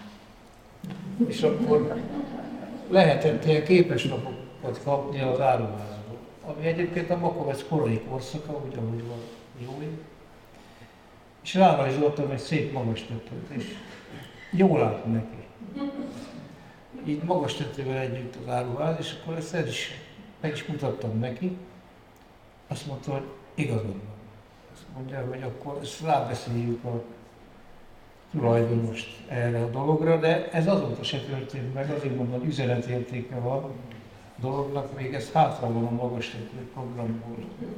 És akkor lehetett ilyen képeslapokat kapni az áruházból. ami egyébként a Makovec korai korszaka, úgy ahogy van jó. És rárajzoltam egy szép magas tetőt, és jól állt neki. Így magas tetővel együtt az áruház, és akkor ezt meg is mutattam neki. Azt mondta, hogy igazad van. Azt mondja, hogy akkor ezt rábeszéljük a tulajdonost erre a dologra, de ez azóta se történt meg, azért mondom, üzenetértéke van a dolognak, még ez hátra van a magas tető programból.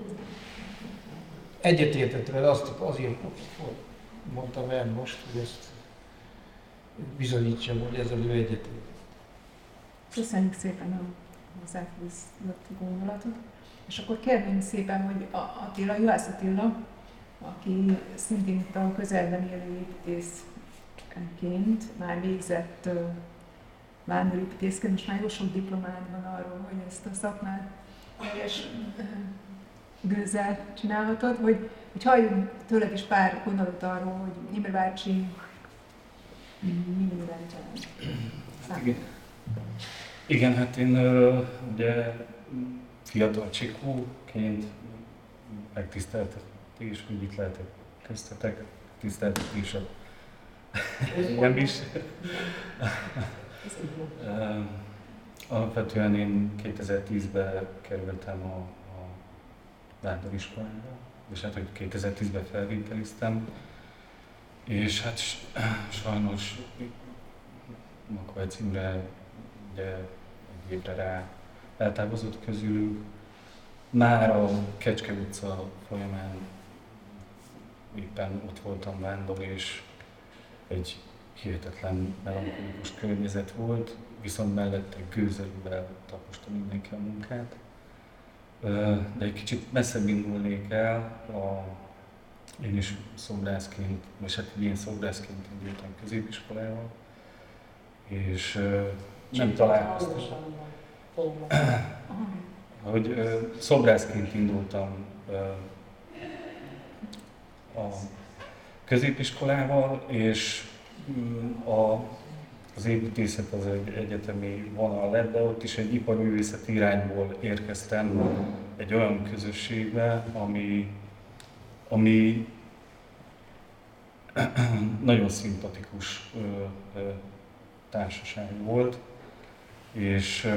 Egyetértett vele, azért mondtam el most, hogy ezt bizonyítsam, hogy ezzel ő egyetért. Köszönjük szépen a hozzáfűzött gondolatot. És akkor kérném szépen, hogy Attila, Juhász Attila, aki szintén itt a közelben élő építészként már végzett vándorépítészként, és már jó sok diplomád van arról, hogy ezt a szakmát teljes gőzzel csinálhatod, hogy halljunk tőled is pár gondolatot arról, hogy Imre bácsi minden csinál. Igen, hát én ugye fiatal csikóként megtiszteltetek is, hogy itt lehetek köztetek, tiszteltek is a engem is. Alapvetően én 2010-ben kerültem a vándoriskolába, és hát, hogy 2010-ben felvételiztem, és hát sajnos Makovec Imre ugye egy évre rá eltávozott közülük. Már a Kecske utca folyamán éppen ott voltam vándor, és egy hihetetlen melankolikus környezet volt, viszont mellette gőzerűvel taposta mindenki a munkát. De egy kicsit messzebb indulnék el, én is szobrászként, vagy hát én szobrászként indultam középiskolával, és nem találkoztam. Hogy szobrászként indultam a középiskolával, és az építészet az egy egyetemi vonal lett, de ott is egy iparművészeti irányból érkeztem egy olyan közösségbe, ami nagyon szimpatikus társaság volt, és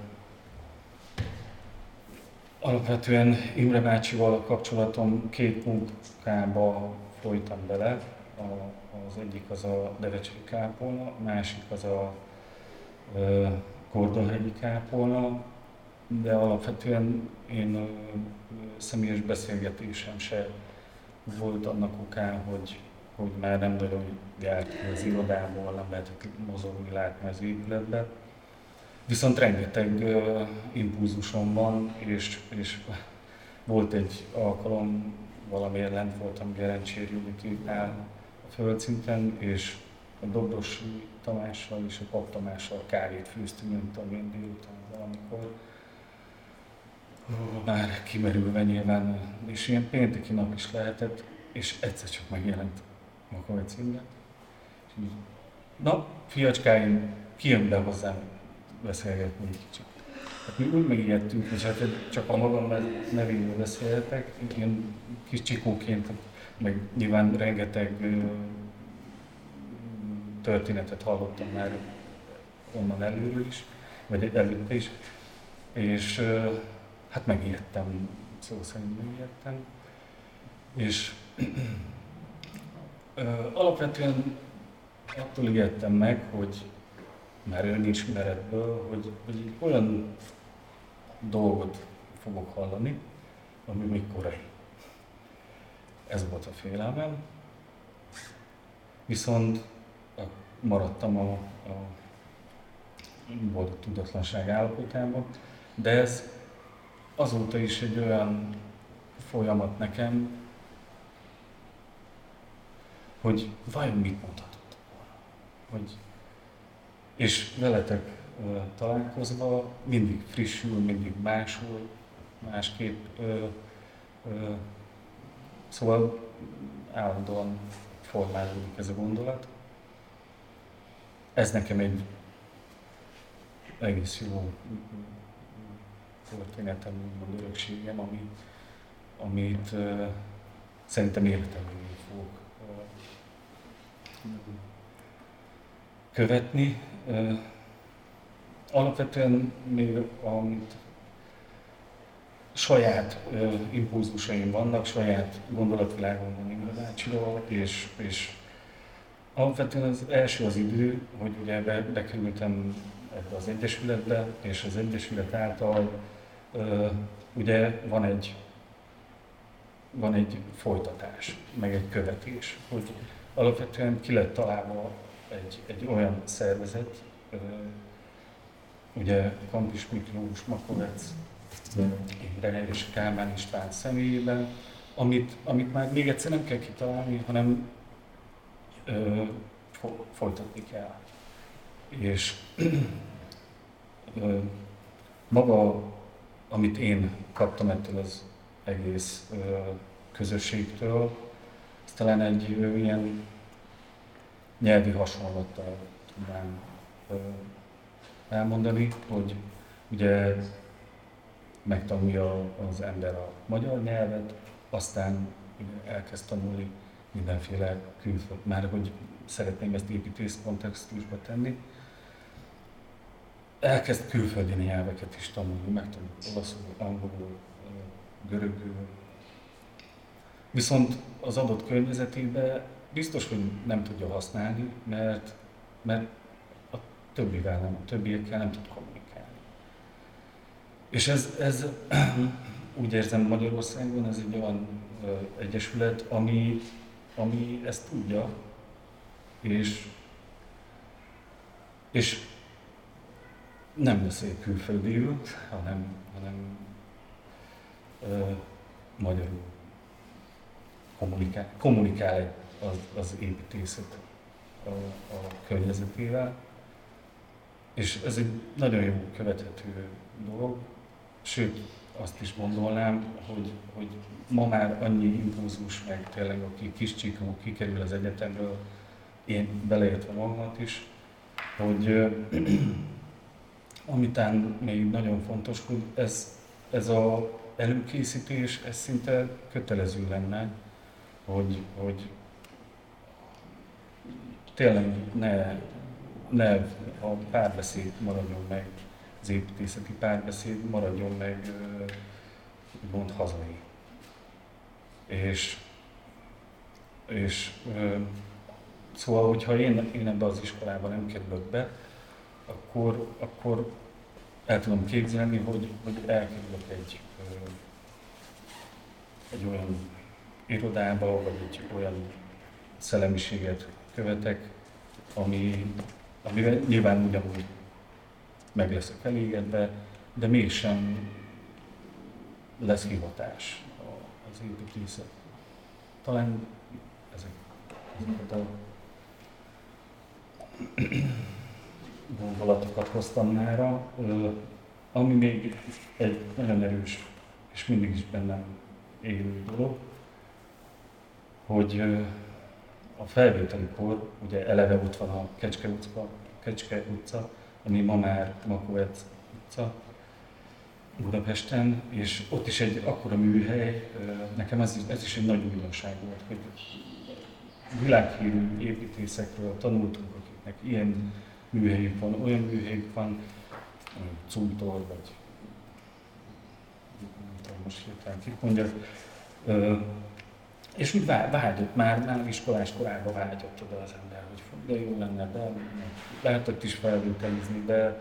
alapvetően Imre bácsival a kapcsolatom két munkába folytam bele. Az egyik az a Devecseri kápolna, a másik az a Gordonhegyi kápolna, de alapvetően én személyes beszélgetésem se volt annak okán, hogy már nem nagyon járt ki az irodából, nem lehetett mozogni, látni az épületbe. Viszont rengeteg impulzusom van, és volt egy alkalom, valamiért lent voltam Gerencséri útnál a földszinten, és a Dobrosi Tamással és a Pap Tamással kávét főztünk, nem tudom én délután valamikor. Már kimerülve nyilván, és ilyen pénteki nap is lehetett, és egyszer csak megjelent Makovec Imre. Na, fiacskáim, ki jön be hozzám beszélgetni egy kicsit. Hát mi úgy megijedtünk, és hát csak a magam nevéről beszélhetek, ilyen kis csikóként, meg nyilván rengeteg történetet hallottam már onnan előről is, vagy előtte is, és hát megijedtem, szó szerint megijedtem, és alapvetően attól ijedtem meg, hogy már önismeretből, hogy olyan dolgot fogok hallani, ami még korai. Ez volt a félelmem. Viszont maradtam a boldog tudatlanság állapotában, de ez azóta is egy olyan folyamat nekem, hogy vajon mit mondhatott volna. És veletek találkozva mindig frissül, mindig másul, másképp. Szóval állandóan formálódik ez a gondolat. Ez nekem egy egész jó történetem, úgymond örökségem, amit szerintem életem végig fogok követni. Alapvetően még amit saját impulzusaim vannak, saját gondolatvilágom van Imre bácsiról, és alapvetően az első az idő, hogy ugye bekerültem ebbe az egyesületbe, és az egyesület által ugye van egy folytatás, meg egy követés, hogy alapvetően ki lett találva egy olyan szervezet, ugye Kampis Miklós, Makovec, Imre és Kálmán István személyében, amit már még egyszer nem kell kitalálni, hanem folytatni kell. És maga, amit én kaptam ettől az egész közösségtől, ez talán egy ilyen nyelvi hasonlattal tudnám elmondani, hogy ugye megtanulja az ember a magyar nyelvet, aztán elkezd tanulni mindenféle külföld, már hogy szeretném ezt építész kontextusba tenni. Elkezd külföldi nyelveket is tanulni, megtanul olaszul, angolul, görögül. Viszont az adott környezetében biztos, hogy nem tudja használni, mert a többiekkel nem tud kommunikálni. És ez úgy érzem Magyarországon, ez egy olyan egyesület, ami ezt tudja, és nem beszél külföldiül, hanem magyarul kommunikál az építészet a környezetével. És ez egy nagyon jó követhető dolog, sőt azt is gondolnám, hogy ma már annyi impulzus, meg tényleg aki kis csíkú kikerül az egyetemről, én beleértve magamat is, hogy amitán még nagyon fontos, hogy ez az előkészítés, ez szinte kötelező lenne, hogy tényleg ne a párbeszéd maradjon meg, az építészeti párbeszéd maradjon meg úgymond hazai. Szóval, hogyha én ebbe az iskolába nem kerülök be, akkor el tudom képzelni, hogy elkerülök egy olyan irodába, vagy egy olyan szellemiséget követek, amivel nyilván ugyanúgy meg leszek elégedve, de mégsem lesz hivatás az építészet. Talán ezeket a gondolatokat hoztam mára, ami még egy nagyon erős és mindig is bennem élő dolog, hogy a felvételikor ugye eleve ott van a Kecske utca, ami ma már Makovec utca Budapesten, és ott is egy akkora műhely, nekem ez is egy nagy újdonság volt, hogy világhírű építészekről tanultunk, akiknek ilyen műhelyük van, olyan műhelyük van, Cújtól, vagy nem tudom most hirtelen kit mondjak, és úgy vágyott, már iskolás korában vágyott oda az ember, hogy de jó lenne, de lehetett is felvételizni, de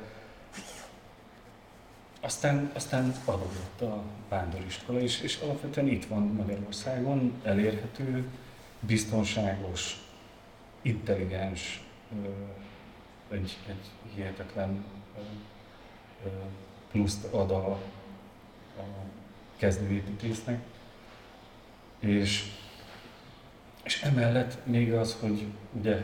aztán adott a vándoriskola is, és alapvetően itt van Magyarországon, elérhető, biztonságos, intelligens, egy hihetetlen pluszt ad a kezdőépítésznek. És emellett még az, hogy ugye,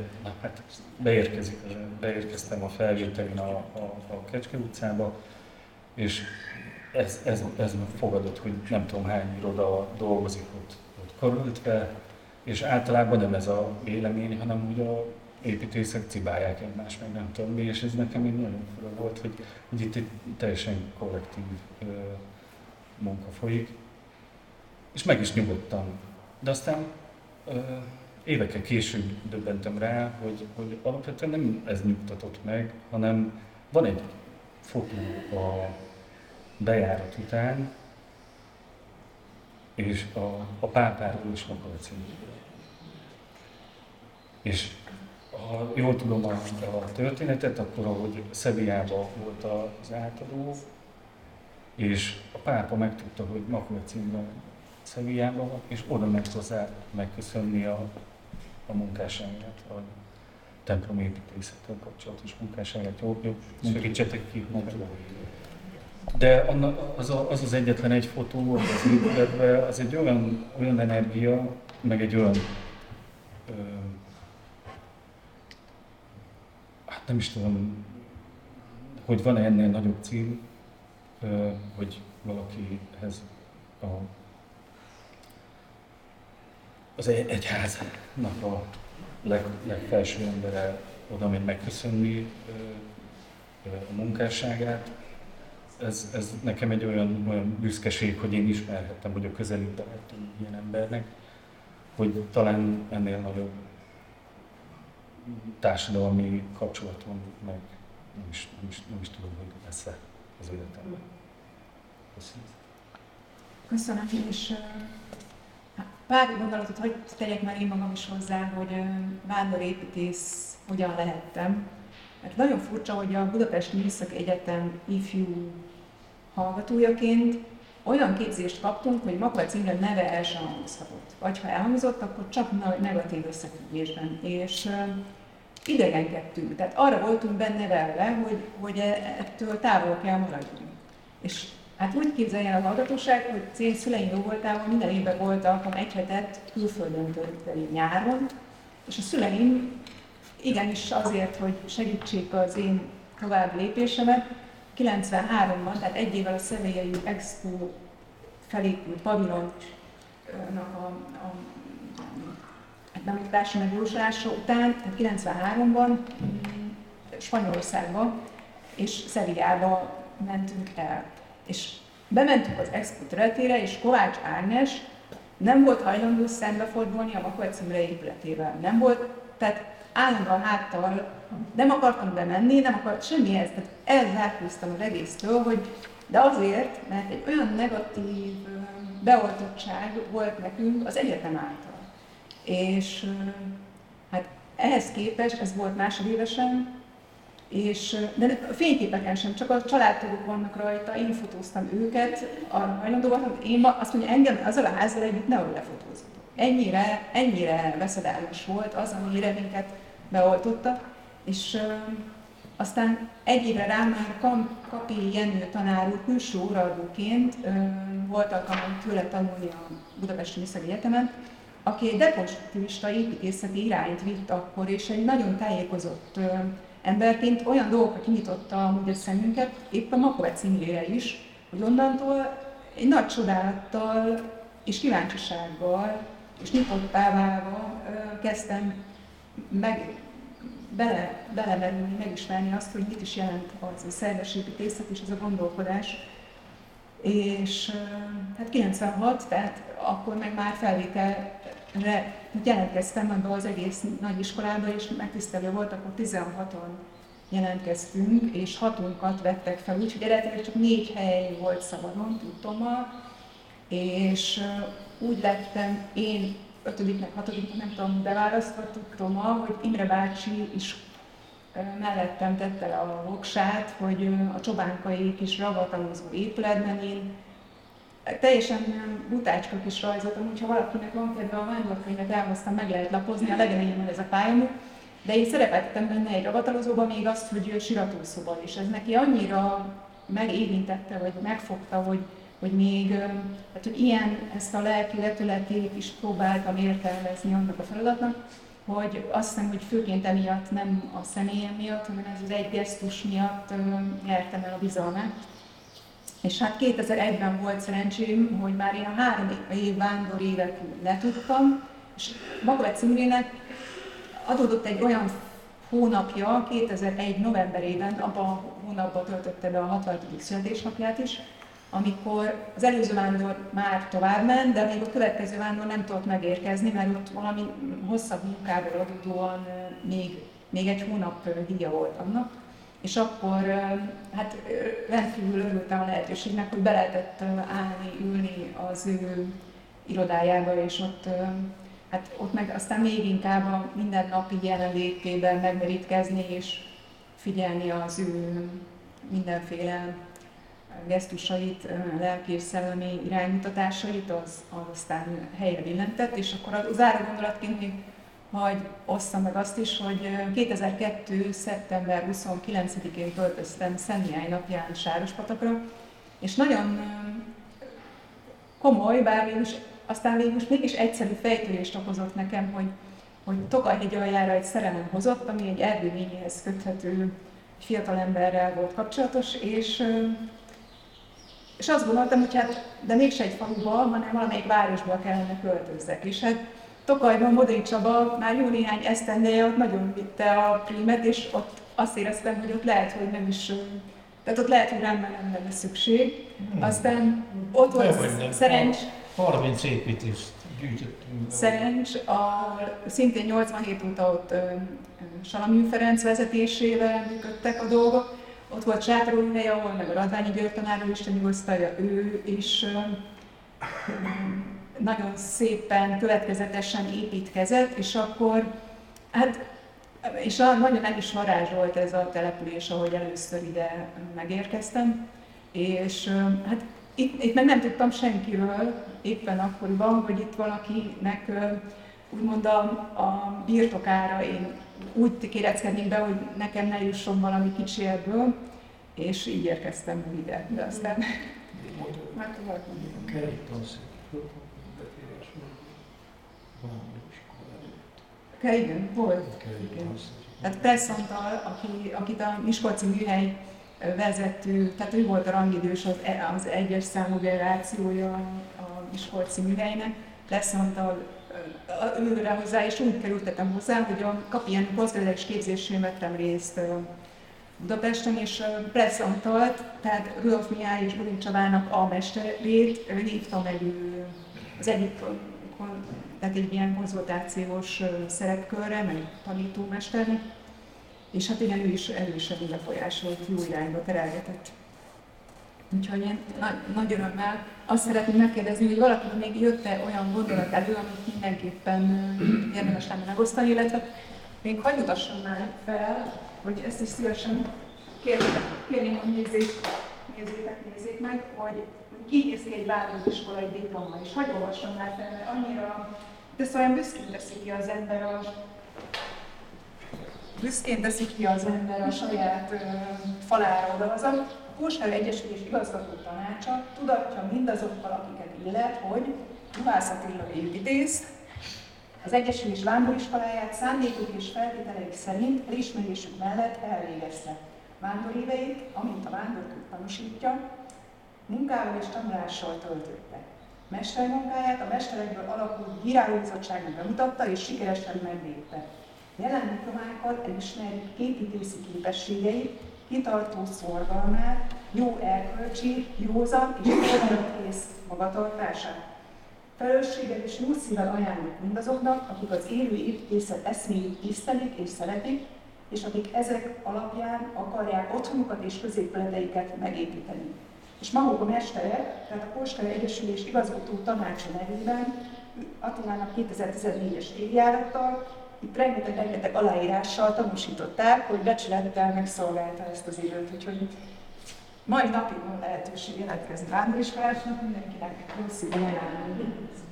beérkeztem a felvételin a Kecske utcába, és ez fogadott, hogy nem tudom hány iroda dolgozik ott karöltve, és általában nem ez a vélemény, hanem úgy építészek cibálják egymást, meg nem tudom mi, és ez nekem így nagyon fura volt, hogy itt egy teljesen kollektív munka folyik, és meg is nyugodtam. De aztán évekkel később döbbentem rá, hogy alapvetően nem ez nyugtatott meg, hanem van egy fotó a bejárat után, és a pápáról is Makóczi. És ha jól tudom a történetet, akkor ahogy Sevillában volt az átadó, és a pápa megtudta, hogy Makócziban Sevillában van, és oda ment hozzá megköszönni a munkásságát, a templom építészettel kapcsolatos munkásságát. Jó, segítsetek ki. De az az egyetlen egy fotó volt az épületben, az egy olyan energia, meg egy olyan, hát nem is tudom, hogy van-e ennél nagyobb cím, hogy valakihez az egyháznak a legfelső embere oda megy megköszönni a munkásságát. Ez nekem egy olyan büszkeség, hogy én ismerhettem, hogy a közelében lettem ilyen embernek, hogy talán ennél nagyobb társadalmi kapcsolatom meg nem is tudom, hogy lesz-e az életemben. Köszönöm. Köszönöm, és pár gondolatot hadd tegyek már én magam is hozzá, hogy vándorépítész hogyan lehettem. Mert nagyon furcsa, hogy a Budapesti Műszaki Egyetem ifjú hallgatójaként olyan képzést kaptunk, hogy Makócz Imre neve el sem hangozhatott. Vagy ha elhangzott, akkor csak negatív összefüggésben. És idegenkedtünk. Tehát arra voltunk benne nevelve, hogy ettől távol kell maradjunk. És hát úgy képzeljen a hallgatóság, hogy az én szüleim jó voltával minden évben volt alkalom egy hetet külföldön tölteni nyáron, és a szüleim igenis azért, hogy segítsék az én tovább lépésemet, 93-ban, tehát egy évvel a Sevillai Expo felépült pavilonnak megújítása, megvalósulása után, tehát 93-ban Spanyolországba és Sevillába mentünk el. És bementünk az Expo területére, és Kovács Ágnes nem volt hajlandó szembefordulni a Makócz Imre épületével. Nem volt, tehát állandóan háttal nem akartam bemenni, nem akart semmihez, tehát elzárkóztam az egésztől, de azért, mert egy olyan negatív beoltottság volt nekünk az egyetem által. És hát ehhez képest, ez volt másodévesen, de a fényképeken sem, csak a családtagok vannak rajta, én fotóztam őket, arra hajlandó voltam, én azt mondja, engem azzal a házzal együtt nehogy lefotózzatok. Ennyire veszedelmes volt az, amire minket beoltottak, és aztán egy évre rá már Kapi Jenő tanár úr külső óraadóként volt alkalmam tőle tanulni a Budapesti Műszaki Egyetemen, aki egy dekonstruktivista építészeti irányt vitt akkor, és egy nagyon tájékozott emberként olyan dolgokra kinyitotta amúgy a szemünket, épp a Makócz Imrére is, hogy onnantól egy nagy csodálattal és kíváncsisággal és nyitottá válva kezdtem belemerülni, megismerni azt, hogy mit is jelent az a szerves építészet és ez a gondolkodás. És hát 96, tehát akkor meg már felvételre jelentkeztem ebbe az egész nagyiskolába, és megtisztelő volt, akkor 16-on jelentkeztünk, és 6-unkat vettek fel, úgyhogy eredetileg csak 4 hely volt szabadon, tudtommal, és úgy lettem én 5-nek, 6-nek, nem tudom, beválasztva tudtommal, hogy Imre bácsi is mellettem tette le a voksát, hogy a Csobánkai kis ravatalozó épületben én teljesen butácska kis rajzoltam, úgyha valakinek van kedve a vándorkönyvet elhoztam, meg lehet lapozni, a legelején van ez a pályamú, de én szerepeltettem benne egy ravatalozóban még azt, hogy siratószoba, és ez neki annyira megérintette, vagy megfogta, hogy még, hát, hogy ilyen ezt a lelki letületét is próbáltam értelmezni annak a feladatnak, hogy azt hiszem, hogy főként emiatt, nem a személyem miatt, hanem ez az egy gesztus miatt nyertem el a bizalmát. És hát 2001-ben volt szerencsém, hogy már én a 3 év vándorévet letudtam, és Makócz Imrének adódott egy olyan hónapja 2001. novemberében, abban a hónapban töltötte be a 65. születésnapját is, amikor az előző vándor már továbbment, de még a következő vándor nem tudott megérkezni, mert ott valami hosszabb munkából adódóan még egy hónap híja volt annak. És akkor hát rendkívül örültem a lehetőségnek, hogy be lehetett állni, ülni az ő irodájába, és ott meg aztán még inkább a mindennapi jelenlétében megmerítkezni, és figyelni az ő mindenféle gesztusait, lelki és szellemi iránymutatásait, az aztán helyre billentett, és akkor az záró gondolatként még hagy osszam meg azt is, hogy 2002. szeptember 29-én költöztem Szent Mihály napján Sárospatakra, és nagyon komoly, bár végül mégis egyszerű fejtörést okozott nekem, hogy Tokajhegy aljára egy szerelem hozott, ami egy erdőlényéhez köthető fiatalemberrel volt kapcsolatos, és azt gondoltam, hogy hát, de mégse egy faluba, hanem valamelyik városba kellene költözzek. És hát Tokajban Modri Csaba már jó néhány esztendeje ott nagyon vitte a prímet, és ott azt éreztem, hogy ott lehet, hogy nem is, tehát ott lehet, hogy rám már nem lenne szükség. Aztán ott volt szerencs. 30 építést gyűjtöttünk. Szerencs, szintén 87 óta ott Salamű Ferenc vezetésével működtek a dolgok. Ott volt sátorolóhely, ahol meg a Radványi György tanárról Isten nyugosztalja, ő is nagyon szépen, következetesen építkezett, és akkor, nagyon el is varázsolt ez a település, ahogy először ide megérkeztem, és hát itt meg nem tudtam senkiről éppen akkoriban, hogy itt valakinek úgymond a birtokára én úgy kéreckednék be, hogy nekem ne jusson valami kicsi ebből, és így érkeztem ide, de aztán már tovább mondjuk. Igen, volt. Igen. Tehát Pressz Antal, akit a Miskolci műhely vezető, tehát ő volt a rangidős az egyes számú generációja a Miskolci műhelynek. Pressz Antal, őre hozzá, és úgy kerültetem hozzá, hogy a Kapián posztgraduális képzésén vettem részt Budapesten, és Pressz Antalt, tehát Rudolf Mihály és Bodin Csabának a mesterét hívtam elő az egyik, tehát egy ilyen konzultációs szerepkörre, meg tanítómesternek, és hát igen, ő is erősen befolyásolt, jó irányba terelgetett. Úgyhogy én nagy örömmel azt szeretném megkérdezni, hogy valaki még jött-e olyan gondolat elő, amit mindenképpen érdemes lenne megosztani, illetve még hadd mutassam már fel, hogy ezt is szívesen kérném, hogy nézzék meg, hogy kinézi egy vándorliskolai diploma, és hadd olvassam már fel, mert annyira, de szóval olyan büszkén teszi ki az ember a saját falára oda. Az a Kósfelő Egyesülés igazgató tanácsa tudatja mindazokkal, akiket illet, hogy Juhász Attila építész az Egyesülés vándoriskoláját szándékuk és feltételeik szerint elismerésük mellett elvégezte. Vándoréveit, amint a vándorkép tanúsítja, munkával és tanulással töltötte. Mestermunkáját a mesterekből alakult bírálóbizottságnak bemutatta és sikeresen megvédte. Jelen diplomákkal elismerik építészi képességeit, kitartó szorgalmát, jó erkölcsi, józan és feladatkész magatartását. Felelősséggel és jó szívvel ajánljuk mindazoknak, akik az élő építészet eszméjét tisztelik és szeretik, és akik ezek alapján akarják otthonukat és középületeiket megépíteni. És maguk a mesterek, tehát a Kósfelő Egyesülés igazgató tanácsa nevében Attilának 2014-es évjárattal, itt rengeteg aláírással tanúsították, hogy becsülettel megszolgálta ezt az időt, úgyhogy mai napig van lehetőség jelentkezni vándoriskoláknak, mindenkinek jó szívvel ajánlani.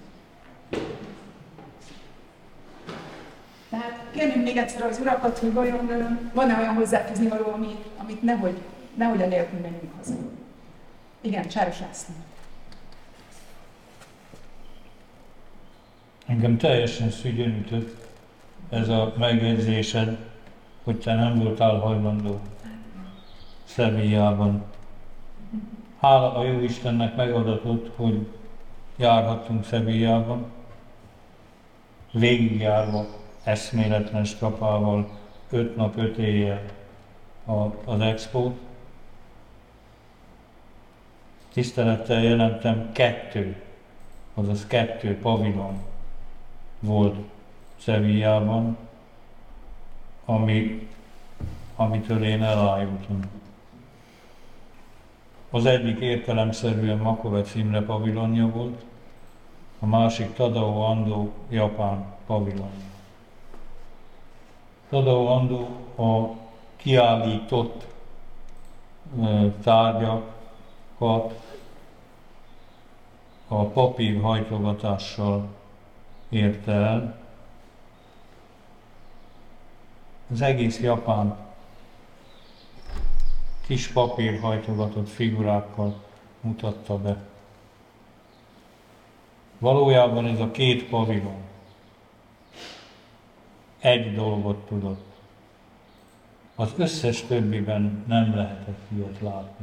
Tehát kérném még egyszer az urakat, hogy vajon van-e olyan hozzáfűzni való, amit nehogy a nélkül menjünk haza. Igen, Csáros László. Engem teljesen szügyönített ez a megjegyzésed, hogy te nem voltál hajlandó Szevillában. Hála a jó Istennek megadatott, hogy járhattunk Szevillában, végigjárva eszméletlen strapával 5 nap, 5 éjjel az expót. Tisztelettel jelentem 2 pavilon volt Sevillában, amitől én elájultam. Az egyik értelemszerűen Makovec Imre pavilonja volt, a másik Tadao Ando japán pavilonja. Tadao Ando a kiállított tárgyakat a papír hajtogatással érte el. Az egész Japán kis papírhajtogatott figurákkal mutatta be. Valójában ez a 2 pavilon egy dolgot tudott. Az összes többiben nem lehetett ilyet látni.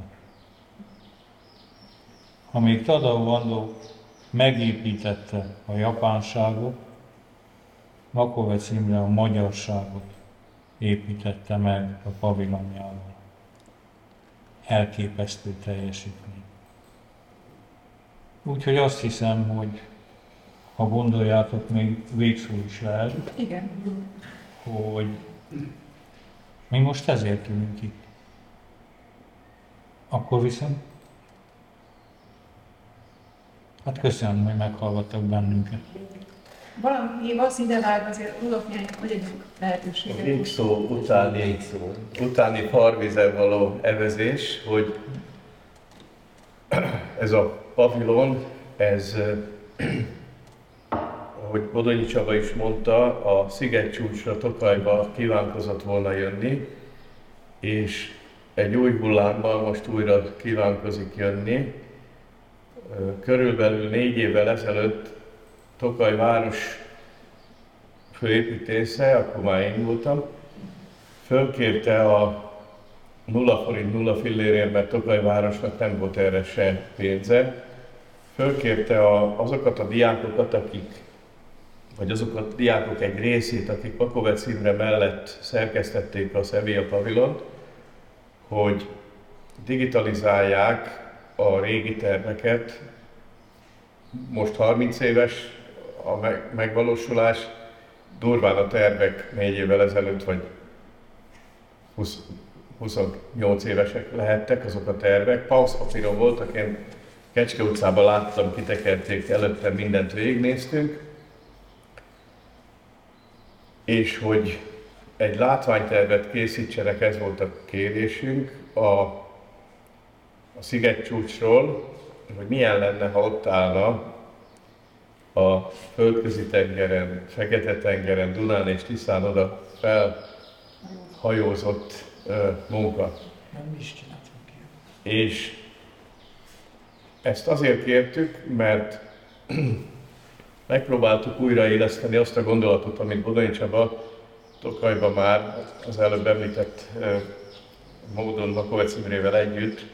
Amíg Tadao Ando megépítette a japánságot, Makovec Imre a magyarságot építette meg a pavilonjával. Elképesztő teljesítmény. Úgyhogy azt hiszem, hogy ha gondoljátok, még végszó is lehet, Igen. hogy mi most ezért ülünk itt. Akkor viszont hát köszönöm, hogy meghallgattak bennünket. Valami valószínűleg vág azért Rudolf Nyány, hogy egy lehetőséget. Végszó utáni farvizen való evezés, hogy ez a pavilon, ez, ahogy Bodonyi Csaba is mondta, a szigetcsúcsra, Tokajba kívánkozott volna jönni, és egy új hullámmal most újra kívánkozik jönni. Körülbelül 4 évvel ezelőtt Tokaj város főépítésze, akkor már én voltam, fölkérte a 0 forint 0 fillérért, mert Tokaj városnak nem volt erre se pénze, fölkérte azokat a diákokat, vagy azok a diákok egy részét, akik Makovec Imre mellett szerkesztették a Sevilla pavilont, hogy digitalizálják a régi terveket. Most 30 éves a megvalósulás, durván a tervek 4 évvel ezelőtt, vagy 28 évesek lehettek azok a tervek. Pauszpapíron voltak, én Kecske utcában láttam, kitekerték előtte, mindent végignéztünk. És hogy egy látványtervet készítsenek, ez volt a kérésünk a szigetcsúcsról, hogy milyen lenne, ha ott állna a Földközi-tengeren, Fekete-tengeren, Dunán és Tiszán oda felhajózott munka. Nem is csináltunk ilyen. És ezt azért kértük, mert megpróbáltuk újraéleszteni azt a gondolatot, amit Bodonyi Csaba Tokajban már az előbb említett módon Makovec Imrével együtt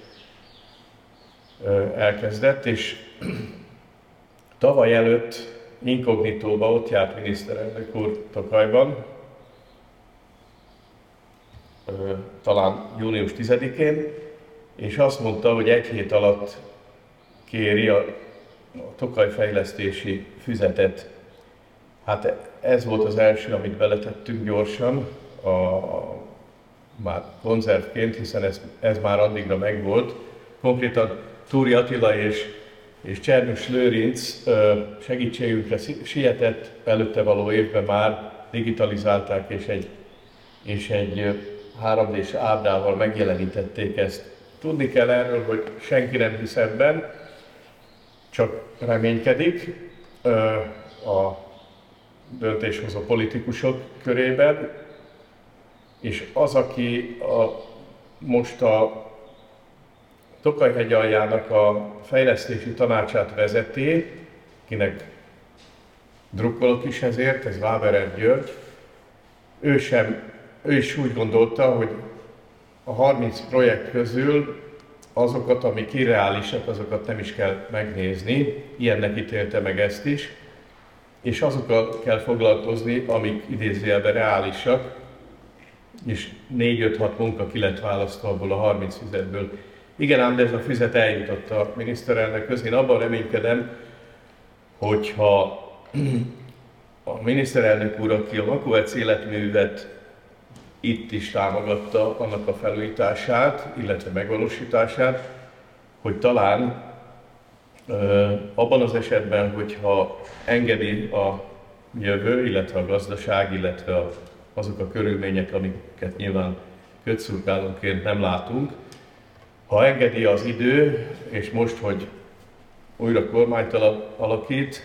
elkezdett, és tavaly előtt inkognitóba ott járt miniszterelnök úr Tokajban, talán június 10-én, és azt mondta, hogy 1 hét alatt kéri a Tokaj fejlesztési füzetet. Hát ez volt az első, amit beletettünk gyorsan, már konzervként, hiszen ez már addigra megvolt. Konkrétan Túri Attila és Csernus Lőrinc segítségünkre sietett, előtte való évben már digitalizálták, és egy 3D-s ábrával megjelenítették ezt. Tudni kell erről, hogy senki nem hisz ebben, csak reménykedik a döntéshozó politikusok körében, és az, aki most a Tokaj-hegy aljának a fejlesztési tanácsát vezeti, kinek drukkolok is ezért, ez Váberer György, ő is úgy gondolta, hogy a 30 projekt közül azokat, amik irreálisak, azokat nem is kell megnézni, ilyennek ítélte meg ezt is, és azokkal kell foglalkozni, amik idézőjelben reálisak, és 4-5-6 munka ki lett választva abból a 30 füzetből. Igen, ám de ez a füzet eljutott a miniszterelnökhöz. Én abban reménykedem, hogyha a miniszterelnök úr, aki a Makovec életművet itt is támogatta, annak a felújítását, illetve megvalósítását, hogy talán abban az esetben, hogyha engedi a jövő, illetve a gazdaság, illetve azok a körülmények, amiket nyilván kötszurkálóként nem látunk, ha engedi az idő, és most, hogy újra kormányt alakít,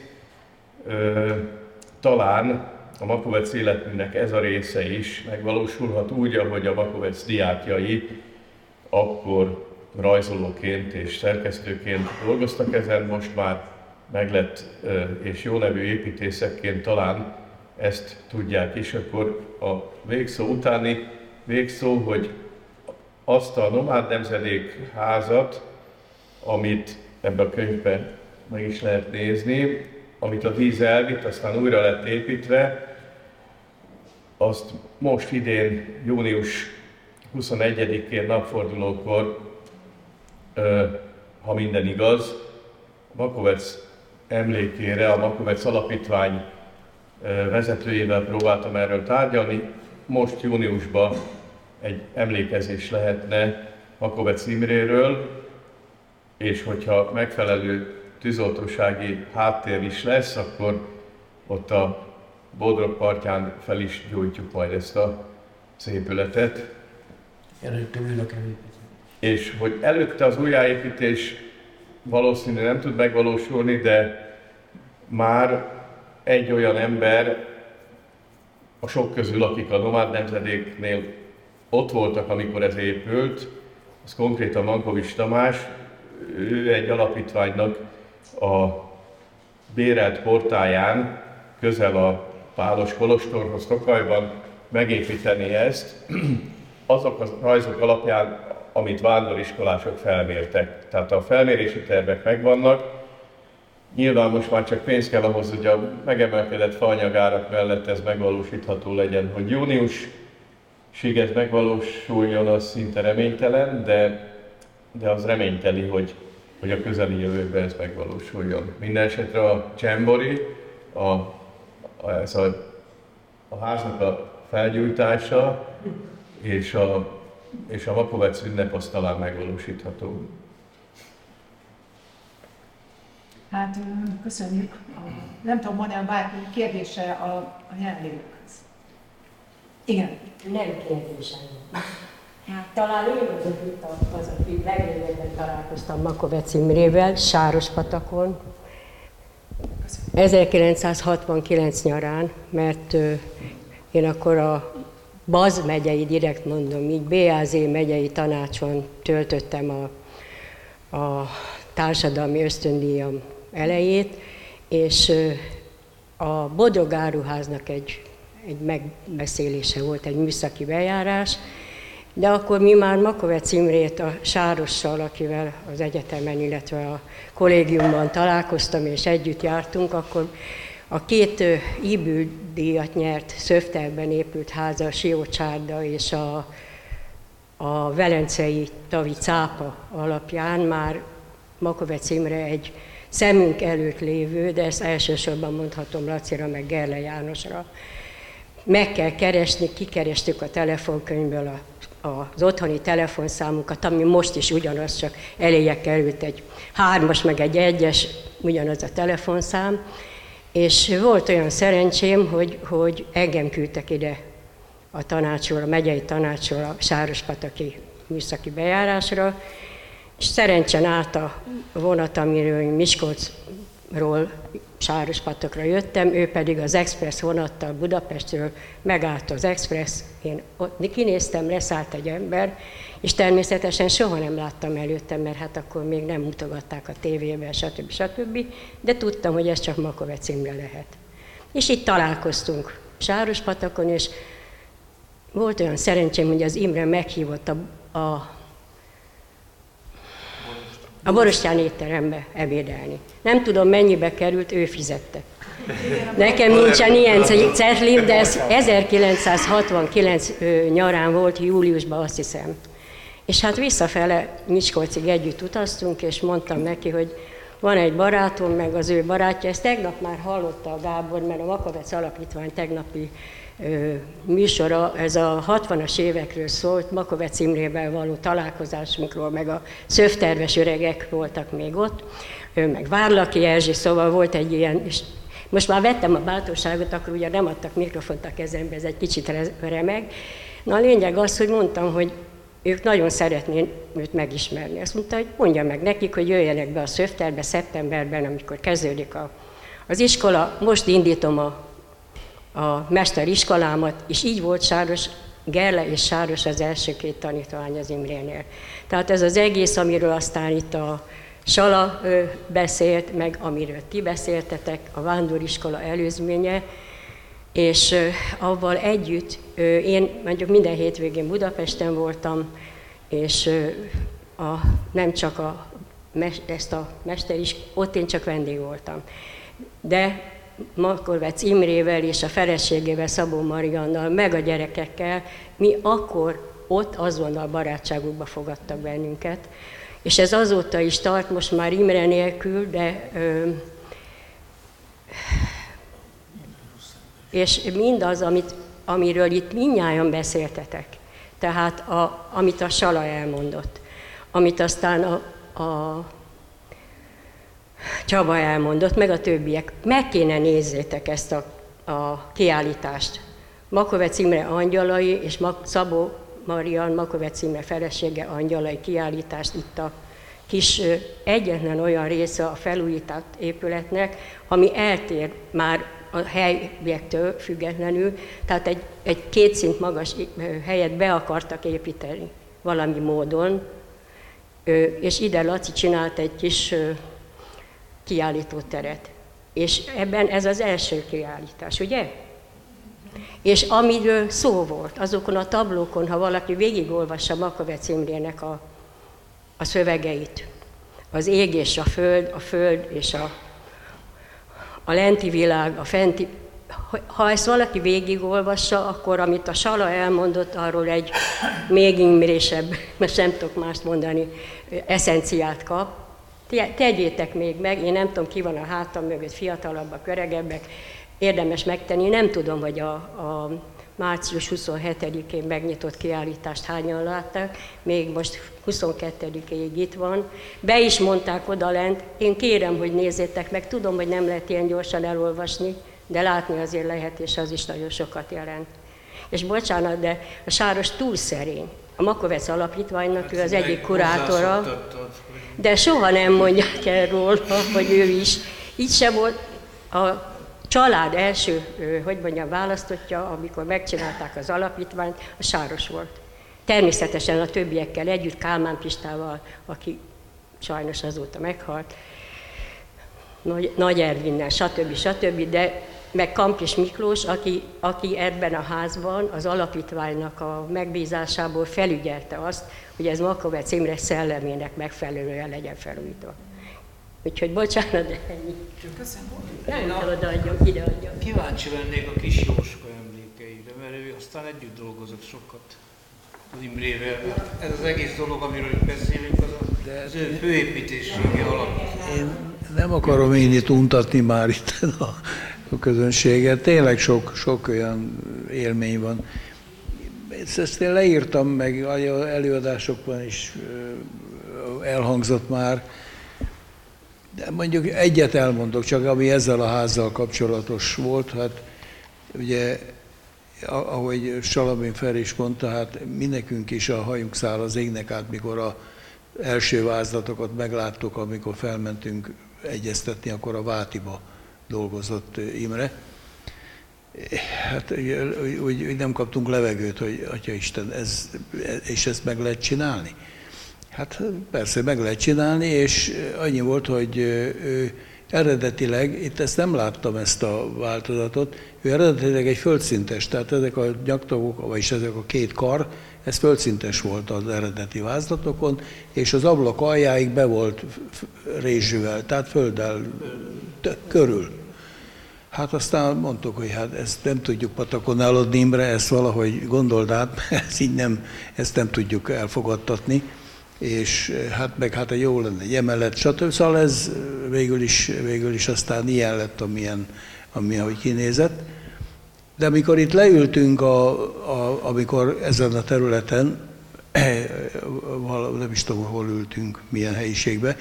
talán a Makovec életműnek ez a része is megvalósulhat úgy, ahogy a Makovec diákjai akkor rajzolóként és szerkesztőként dolgoztak ezen, most már meglett és jó nevű építészekként talán ezt tudják is. Akkor a végszó utáni végszó, hogy azt a nomád nemzedék házat, amit ebben a könyvben meg is lehet nézni, amit a víz elvitt, aztán újra lett építve, azt most idén, június 21-én napfordulókor, ha minden igaz, a Makovec emlékére, a Makovec Alapítvány vezetőjével próbáltam erről tárgyalni. Most júniusban egy emlékezés lehetne Makovec Imréről, és hogyha megfelelő tűzoltósági háttér is lesz, akkor ott a Bodrog partján fel is gyújtjuk majd ezt az épületet. Előtte újra kell építeni. És hogy előtte az újjáépítés valószínűleg nem tud megvalósulni, de már egy olyan ember a sok közül, akik a nomád nemzedéknél ott voltak, amikor ez épült, az konkrétan Mankovics Tamás, ő egy alapítványnak a bérelt portáján, közel a Pálos kolostorhoz Tokajban megépíteni ezt, azok a rajzok alapján, amit vándоriskolások felmértek. Tehát a felmérési tervek megvannak. Nyilván most már csak pénz kell ahhoz, hogy a megemelkedett faanyagárak mellett ez megvalósítható legyen. Hogy júniusig ez megvalósuljon, az szinte reménytelen, de az reményteli, hogy a közeli jövőben ez megvalósuljon. Mindenesetre a Csembori, a háznak a felgyújtása és a Makovec ünnep az talán megvalósítható. Hát köszönjük. Nem tudom, van-e bárki kérdése a jelenlévőkhöz? Igen. Nem kérdésem. Talán én az, aki legrégebben találkoztam Makovec Imrével, Sárospatakon, 1969 nyarán, mert én akkor a Baz megyei, direkt mondom így, BAZ megyei tanácson töltöttem a társadalmi ösztöndíjam elejét, és a Bodrog Áruháznak egy megbeszélése volt, egy műszaki bejárás, de akkor mi már Makovec Imrét a Sárossal, akivel az egyetemen, illetve a kollégiumban találkoztam és együtt jártunk, akkor a két IBÜ díjat nyert Szöftelben épült háza, a Siócsárda és a Velencei Tavi cápa alapján már Makovec Imre egy szemünk előtt lévő, de ezt elsősorban mondhatom Lacira meg Gerle Jánosra. Meg kell keresni, kikerestük a telefonkönyvből az otthoni telefonszámunkat, ami most is ugyanaz, csak eléje került egy 3-as meg egy 1-es, ugyanaz a telefonszám. És volt olyan szerencsém, hogy engem küldtek ide a tanácsról, a megyei tanácsról a Sárospataki műszaki bejárásra, és szerencsen állt a vonat, amiről Miskolcról Sárospatokra jöttem, ő pedig az express vonattal Budapestről megállt az express, én ott kinéztem, leszállt egy ember, és természetesen soha nem láttam előttem, mert hát akkor még nem mutogatták a tévében, stb. De tudtam, hogy ez csak Makovec Imre lehet. És itt találkoztunk Sárospatakon, és volt olyan szerencsém, hogy az Imre meghívott a a Borostyán étterembe ebédelni. Nem tudom, mennyibe került, ő fizette. Nekem nincsen ilyen cetlim, de ez 1969 nyarán volt, júliusban azt hiszem. És hát visszafele Miskolcig együtt utaztunk, és mondtam neki, hogy van egy barátom, meg az ő barátja, ezt tegnap már hallotta a Gábor, mert a Makovec Alapítvány tegnapi műsora, ez a 60-as évekről szólt, Makovec Imrével való találkozásunkról, meg a szövterves öregek voltak még ott, meg Várlaki Erzsi, szóval volt egy ilyen, és most már vettem a bátorságot, akkor ugye nem adtak mikrofont a kezembe, ez egy kicsit remeg. Na a lényeg az, hogy mondtam, hogy ők nagyon szeretnék őt megismerni. Azt mondta, hogy mondja meg nekik, hogy jöjjenek be a szövterbe szeptemberben, amikor kezdődik az iskola. Most indítom a mesteriskolámat, és így volt Sáros, Gerle és Sáros az első két tanítvány az Imrénél. Tehát ez az egész, amiről aztán itt a Sala beszélt, meg amiről ti beszéltetek, a vándoriskola előzménye, és avval együtt én mondjuk minden hétvégén Budapesten voltam, és nem csak ezt a ott én csak vendég voltam. De Makovec Imrével és a feleségével, Szabó Mariannal, meg a gyerekekkel, mi akkor ott azonnal barátságukba fogadtak bennünket. És ez azóta is tart, most már Imre nélkül, de és mindaz, amiről itt mindnyájan beszéltetek, tehát amit a Sala elmondott, amit aztán a Csaba elmondott, meg a többiek, meg kéne nézzétek ezt a kiállítást. Makovec Imre angyalai és Szabó Marian, Makovec Imre felesége angyalai kiállítást itt a kis egyetlen olyan része a felújított épületnek, ami eltér már a helyektől függetlenül, tehát egy 2 szint magas helyet be akartak építeni valami módon, és ide Laci csinált egy kis kiállítóteret. És ebben ez az első kiállítás, ugye? És amiről szó volt, azokon a tablókon, ha valaki végigolvassa Makovec Imrének a szövegeit, az ég és a föld és a lenti világ, a fenti, ha ezt valaki végigolvassa, akkor amit a Sala elmondott, arról egy még imrésebb, most nem tudok mást mondani, eszenciát kap. Tegyétek még meg, én nem tudom, ki van a hátam mögött, fiatalabbak, öregebbek, érdemes megtenni. Nem tudom, hogy a március 27-én megnyitott kiállítást hányan látták, még most 22-ig itt van. Be is mondták odalent, én kérem, hogy nézzétek meg, tudom, hogy nem lehet ilyen gyorsan elolvasni, de látni azért lehet, és az is nagyon sokat jelent. És bocsánat, de a Sáros túl szerény. A Makovec Alapítványnak ő az egyik kurátora, de soha nem mondják el róla, hogy ő is. Így se volt a család első, választottja, amikor megcsinálták az alapítványt, a Sáros volt. Természetesen a többiekkel együtt, Kálmán Pistával, aki sajnos azóta meghalt, Nagy Ervinnel, stb., de meg Kampis Miklós, aki ebben a házban az alapítványnak a megbízásából felügyelte azt, hogy ez Makovec Imre szellemének megfelelően legyen felújítva. Úgyhogy bocsánat, de ennyi. Köszönöm. Nem kell odaadjam, ideadjam. Kíváncsi lennék a kis Jóska emlékeire, mert ő aztán együtt dolgozott sokat az Imrével. Ez az egész dolog, amiről itt beszélünk, az ő főépítéssége alapján. Én nem akarom én itt untatni már itt a közönséget. Tényleg sok olyan élmény van. Ezt én leírtam, meg előadásokban is elhangzott már. De mondjuk egyet elmondok, csak ami ezzel a házzal kapcsolatos volt. Hát ugye, ahogy Salamén Feri is mondta, hát mi nekünk is a hajunk száll az égnek át, mikor az első vázlatokat megláttuk, amikor felmentünk egyeztetni, akkor a Vátiba dolgozott Imre. Hát úgy nem kaptunk levegőt, hogy Atyaisten, és ezt meg lehet csinálni? Hát persze meg lehet csinálni, és annyi volt, hogy ő eredetileg, itt ezt nem láttam, ezt a változatot, ő eredetileg egy földszintes, tehát ezek a nyaktagok, vagyis ezek a két kar, ez földszintes volt az eredeti vázlatokon, és az ablak aljáig be volt rézsővel, tehát földdel körül. Hát aztán mondtuk, hogy hát ezt nem tudjuk patakonálodni, Imre, ezt valahogy gondold át, ezt nem tudjuk elfogadtatni, és hát jó lenne egy emelet, stb. Szóval ez végül is aztán ilyen lett, ahogy kinézett. De amikor itt leültünk, amikor ezen a területen, nem is tudom, hol ültünk, milyen helyiségben,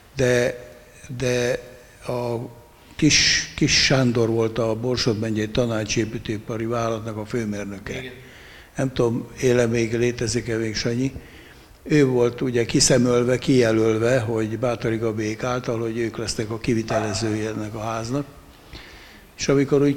de a Kis Sándor volt a Borsod megyei tanácsépítőipari vállalatnak a főmérnöke. Igen. Nem tudom, létezik-e még Sanyi? Ő volt ugye kiszemölve, kijelölve, hogy Báthori Gabiék által, hogy ők lesznek a kivitelezői ennek a háznak. És amikor úgy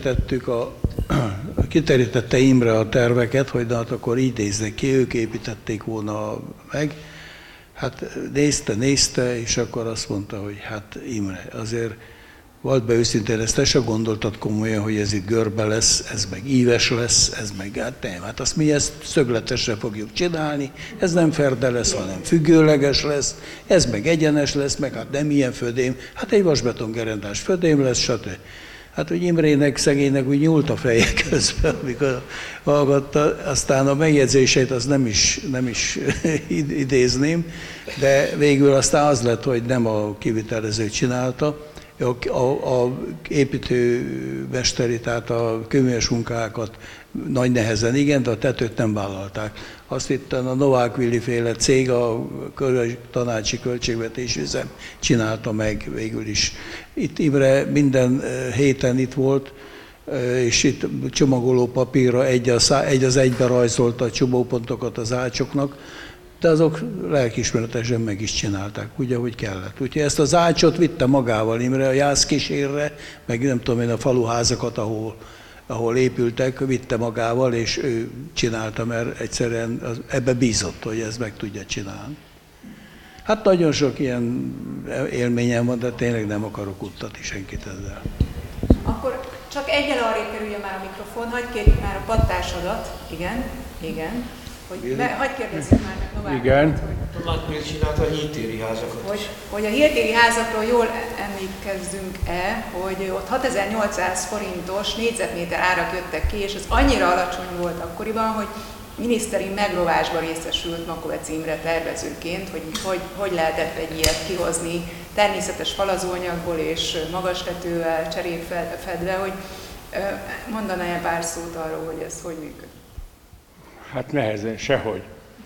kiterítette Imre a terveket, hogy na, hát akkor így néznek ki, ők építették volna meg, hát nézte, és akkor azt mondta, hogy hát Imre, azért volt be őszintén, ezt te se gondoltad komolyan, hogy ez itt görbe lesz, ez meg íves lesz, ez meg hát nem. Hát azt mi ezt szögletesre fogjuk csinálni, ez nem ferde lesz, hanem függőleges lesz, ez meg egyenes lesz, meg hát nem ilyen födém, hát egy vasbetongerendás födém lesz, stb. Hát, hogy Imrének, szegénynek úgy nyúlt a feje közben, amikor hallgatta, aztán a megjegyzéseit azt nem is idézném, de végül aztán az lett, hogy nem a kivitelező csinálta, a építőmesteri, tehát a kőműves munkákat nagy nehezen igen, de a tetőt nem vállalták. Azt itt a Novák Willi féle cég, a tanácsi költségvetési üzem csinálta meg végül is. Itt Imre minden héten itt volt, és itt csomagoló papírra egy az egybe rajzolta a csomópontokat az ácsoknak, de azok lelkiismeretesen meg is csinálták, úgy, ahogy kellett. Úgyhogy ezt az ácsot vitte magával Imre, a Jászkísérre, meg nem tudom én, a faluházakat, ahol épültek, vitte magával, és ő csinálta, mert egyszerűen ebbe bízott, hogy ezt meg tudja csinálni. Hát nagyon sok ilyen élményem van, de tényleg nem akarok uttatni senkit ezzel. Akkor csak egyel arrébb kerüljön már a mikrofon, hagyd kérjük már a pattársodat. Igen. Hagyj kérdezzük már Novák. Igen. Miért csinálta a hídtéri házakat? Hogy a hídtéri házakról jól emlékezzünk-e, hogy ott 6800 forintos négyzetméter árak jöttek ki, és ez annyira alacsony volt akkoriban, hogy miniszteri megrovásba részesült Makovecz Imre tervezőként, hogy lehetett egy ilyet kihozni természetes falazóanyagból és magas tetővel cserépfedve, hogy mondaná-e pár szót arról, hogy ez hogy működik? Hát nehezen, sehogy.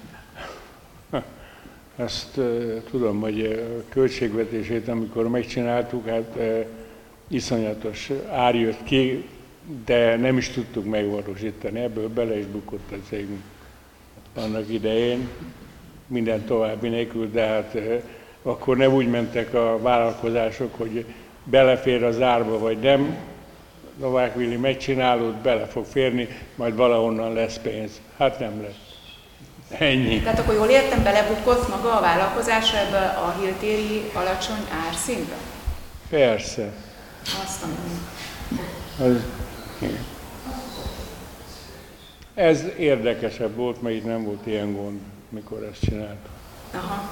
Ezt tudom, hogy a költségvetését, amikor megcsináltuk, hát iszonyatos ár jött ki, de nem is tudtuk megvalósítani. Ebből bele is bukott a cégünk annak idején, minden további nélkül, de hát akkor nem úgy mentek a vállalkozások, hogy belefér az árba, vagy nem. Novák Willi megcsinálód, bele fog férni, majd valahonnan lesz pénz. Hát nem lesz. Ennyi. Tehát akkor jól értem, belebukott maga a vállalkozásra ebbe a hídtéri alacsony árszintbe? Persze. Azt mondom. Ez érdekesebb volt, mert itt nem volt ilyen gond, mikor ezt csináltuk. Aha.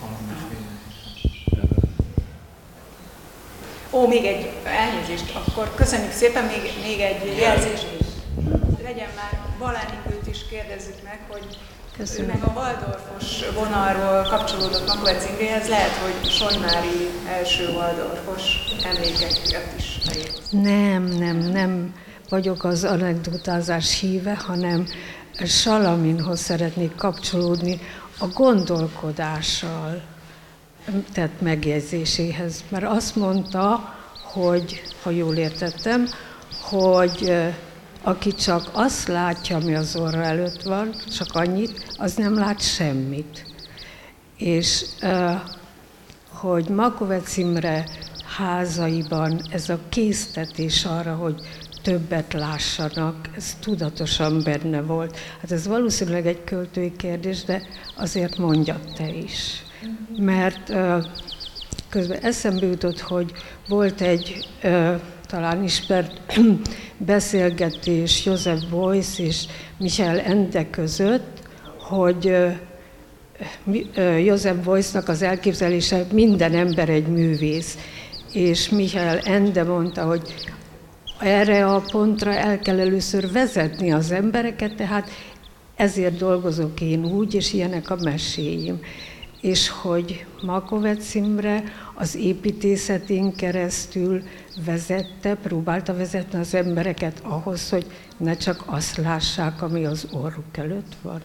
Ó, még egy elnézést, akkor köszönjük szépen, még egy jelzést. Legyen már, Balánikőt is kérdezzük meg, hogy ő meg a Waldorfos vonalról kapcsolódott Makovecz Imréhez, lehet, hogy Solymári első Waldorfos emlékeket is leírt. Nem vagyok az anekdotázás híve, hanem Salaminhoz szeretnék kapcsolódni a gondolkodással tett megjegyzéséhez, mert azt mondta, hogy, ha jól értettem, hogy aki csak azt látja, ami az orra előtt van, csak annyit, az nem lát semmit. És hogy Makovecz Imre házaiban ez a késztetés arra, hogy többet lássanak, ez tudatosan benne volt. Hát ez valószínűleg egy költői kérdés, de azért mondjad te is. Mert közben eszembe jutott, hogy volt egy talán ismert beszélgetés Joseph Beuys és Michael Ende között, hogy Joseph Beuysnak az elképzelése, minden ember egy művész, és Michael Ende mondta, hogy erre a pontra el kell először vezetni az embereket, tehát ezért dolgozok én úgy, és ilyenek a meséim. És hogy Makovecz Imre az építészetén keresztül próbálta vezetni az embereket ahhoz, hogy ne csak azt lássák, ami az orruk előtt van.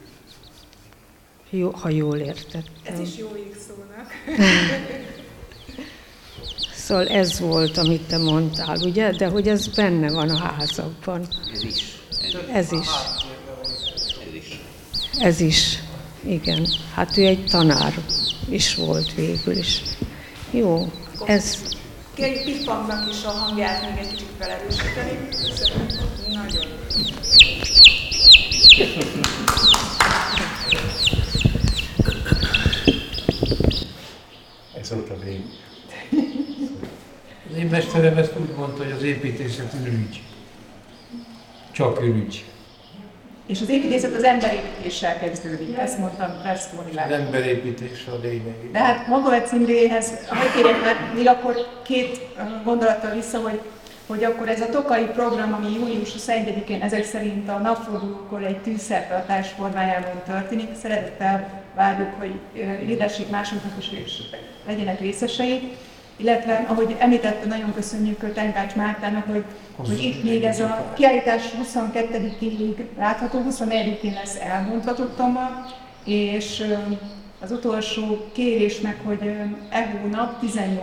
Jó, ha jól értettem. Ez is jó szónak. Szóval ez volt, amit te mondtál, ugye? De hogy ez benne van a házakban. Ez is. Igen. Hát ő egy tanár is volt végül is. Jó, ez... Kérjük Piffangnak is a hangját még egy kicsit felerősíteni. Köszönöm. Nagyon. Ez ott a vég. Az én mesterem ezt úgy mondta, hogy az építészet ürügy. Csak ürügy. És az építészet az emberépítéssel kezdődik, ezt mondtam Prestónivel. Az emberépítés a lényeg. De hát Makovecz Imréhez, hadd kérjek, mert még akkor két gondolattal vissza, hogy akkor ez a tokai program, ami július 21-én ezek szerint a napfordulókor egy tűzszertartás formájában történik, szeretettel várjuk, hogy hirdessék másoknak is, és legyenek részesei. Illetve, ahogy említette, nagyon köszönjük Tenkács Mártának, hogy itt még ez a kiállítás 22-ig látható, 24-én lesz elmondhatottomban, és az utolsó kérés meg, hogy hónap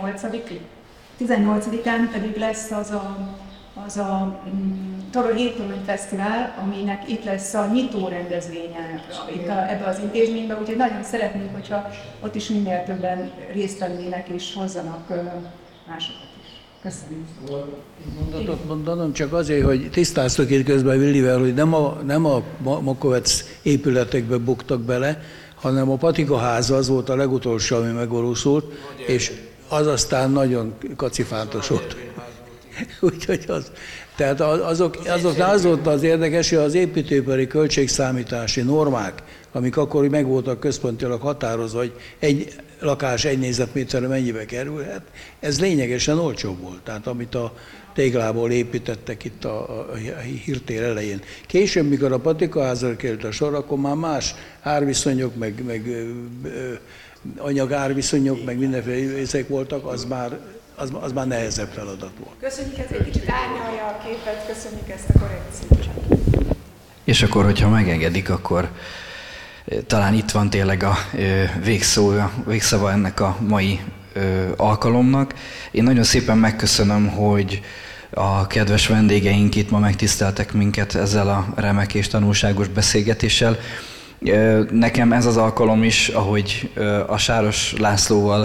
18-án pedig lesz az a Héttorony Fesztivál, aminek itt lesz a nyitó rendezvénye ebbe az intézménybe, úgyhogy nagyon szeretnénk, hogyha ott is minél többen részt vennének és hozzanak másokat is. Köszönöm. Mondatot mondanom csak azért, hogy tisztáztok itt közben Willivel, hogy nem a Makovecz épületekbe buktak bele, hanem a Patikaháza az volt a legutolsó, ami megvalósult, és az aztán nagyon kacifántos volt. Úgyhogy tehát azoknál az volt az érdekes, hogy az építőipari költségszámítási normák, amik akkor meg voltak központilag határozva, hogy egy lakás egy négyzetméterre mennyibe kerülhet, ez lényegesen olcsóbb volt. Tehát amit a téglából építettek itt a hírtér elején. Később, mikor a Patikaházra került a sor, akkor már más árviszonyok, meg anyagárviszonyok, meg mindenféle ezek voltak, az már nehezebb feladat volt. Köszönjük, ez egy kicsit árnyalja a képet, köszönjük ezt a korrekciót. És akkor, hogyha megengedik, akkor talán itt van tényleg a végszava ennek a mai alkalomnak. Én nagyon szépen megköszönöm, hogy a kedves vendégeink itt ma megtiszteltek minket ezzel a remek és tanulságos beszélgetéssel. Nekem ez az alkalom is, ahogy a Sáros Lászlóval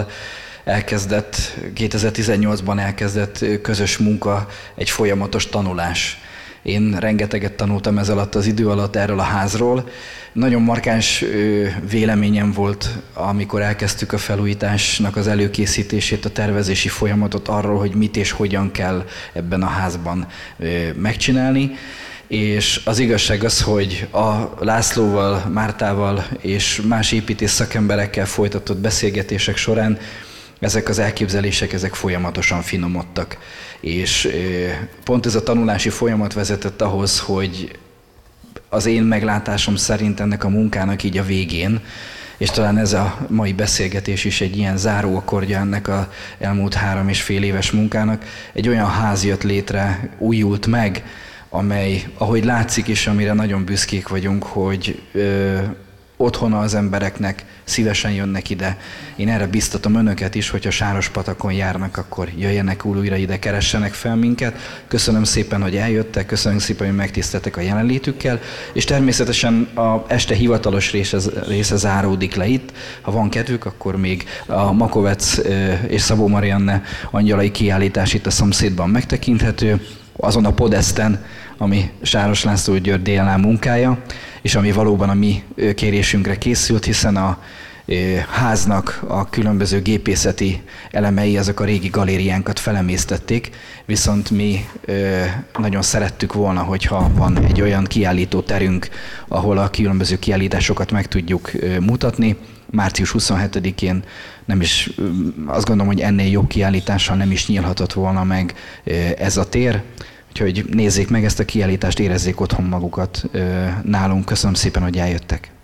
2018-ban elkezdett közös munka, egy folyamatos tanulás. Én rengeteget tanultam ez alatt az idő alatt erről a házról. Nagyon markáns véleményem volt, amikor elkezdtük a felújításnak az előkészítését, a tervezési folyamatot arról, hogy mit és hogyan kell ebben a házban megcsinálni. És az igazság az, hogy a Lászlóval, Mártával és más építész szakemberekkel folytatott beszélgetések során ezek az elképzelések, ezek folyamatosan finomodtak. És pont ez a tanulási folyamat vezetett ahhoz, hogy az én meglátásom szerint ennek a munkának így a végén, és talán ez a mai beszélgetés is egy ilyen záróakkordja ennek az elmúlt 3,5 éves munkának, egy olyan ház jött létre, újult meg, amely, ahogy látszik is, amire nagyon büszkék vagyunk, hogy otthona az embereknek, szívesen jönnek ide. Én erre biztatom önöket is, hogyha Sárospatakon járnak, akkor jöjjenek újra ide, keressenek fel minket. Köszönöm szépen, hogy eljöttek, köszönöm szépen, hogy megtiszteltek a jelenlétükkel, és természetesen a este hivatalos része záródik le itt. Ha van kedvük, akkor még a Makovecz és Szabó Marianne angyalai kiállítás itt a szomszédban megtekinthető, azon a podeszten, ami Sáros László György DNA munkája, és ami valóban a mi kérésünkre készült, hiszen a háznak a különböző gépészeti elemei, azok a régi galériánkat felemésztették, viszont mi nagyon szerettük volna, hogyha van egy olyan kiállító terünk, ahol a különböző kiállításokat meg tudjuk mutatni. Március 27-én nem is, azt gondolom, hogy ennél jobb kiállítással nem is nyílhatott volna meg ez a tér. Úgyhogy nézzék meg ezt a kiállítást, érezzék otthon magukat nálunk. Köszönöm szépen, hogy eljöttek.